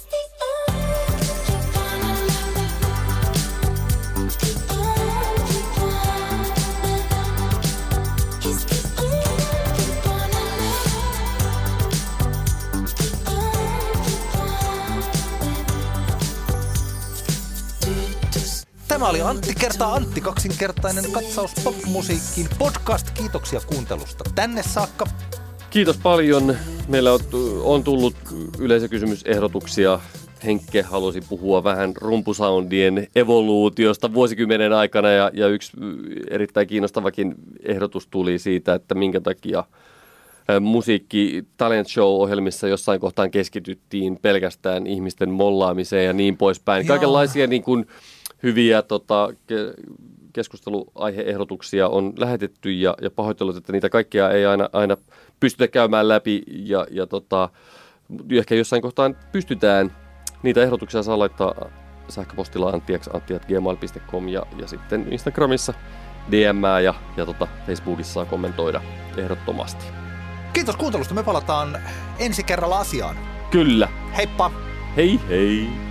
Tämä oli Antti kertaa Antti, kaksinkertainen katsaus popmusiikkiin podcast. Kiitoksia kuuntelusta tänne saakka. Kiitos paljon. Meillä on tullut yleisökysymysehdotuksia. Henkke halusi puhua vähän rumpusoundien evoluutiosta vuosikymmenen aikana ja, ja yksi erittäin kiinnostavakin ehdotus tuli siitä, että minkä takia musiikki talent show-ohjelmissa jossain kohtaan keskityttiin pelkästään ihmisten mollaamiseen ja niin poispäin. Kaikenlaisia niin kuin hyviä tota, ke- keskusteluaihe-ehdotuksia on lähetetty ja, ja pahoitellut, että niitä kaikkia ei aina, aina pystytä käymään läpi ja, ja tota, ehkä jossain kohtaan pystytään. Niitä ehdotuksia saa laittaa sähköpostilla antti at gmail piste com ja, ja sitten Instagramissa D M:ää ja, ja tota, Facebookissa saa kommentoida ehdottomasti. Kiitos kuuntelusta. Me palataan ensi kerralla asiaan. Kyllä. Heippa! Hei hei!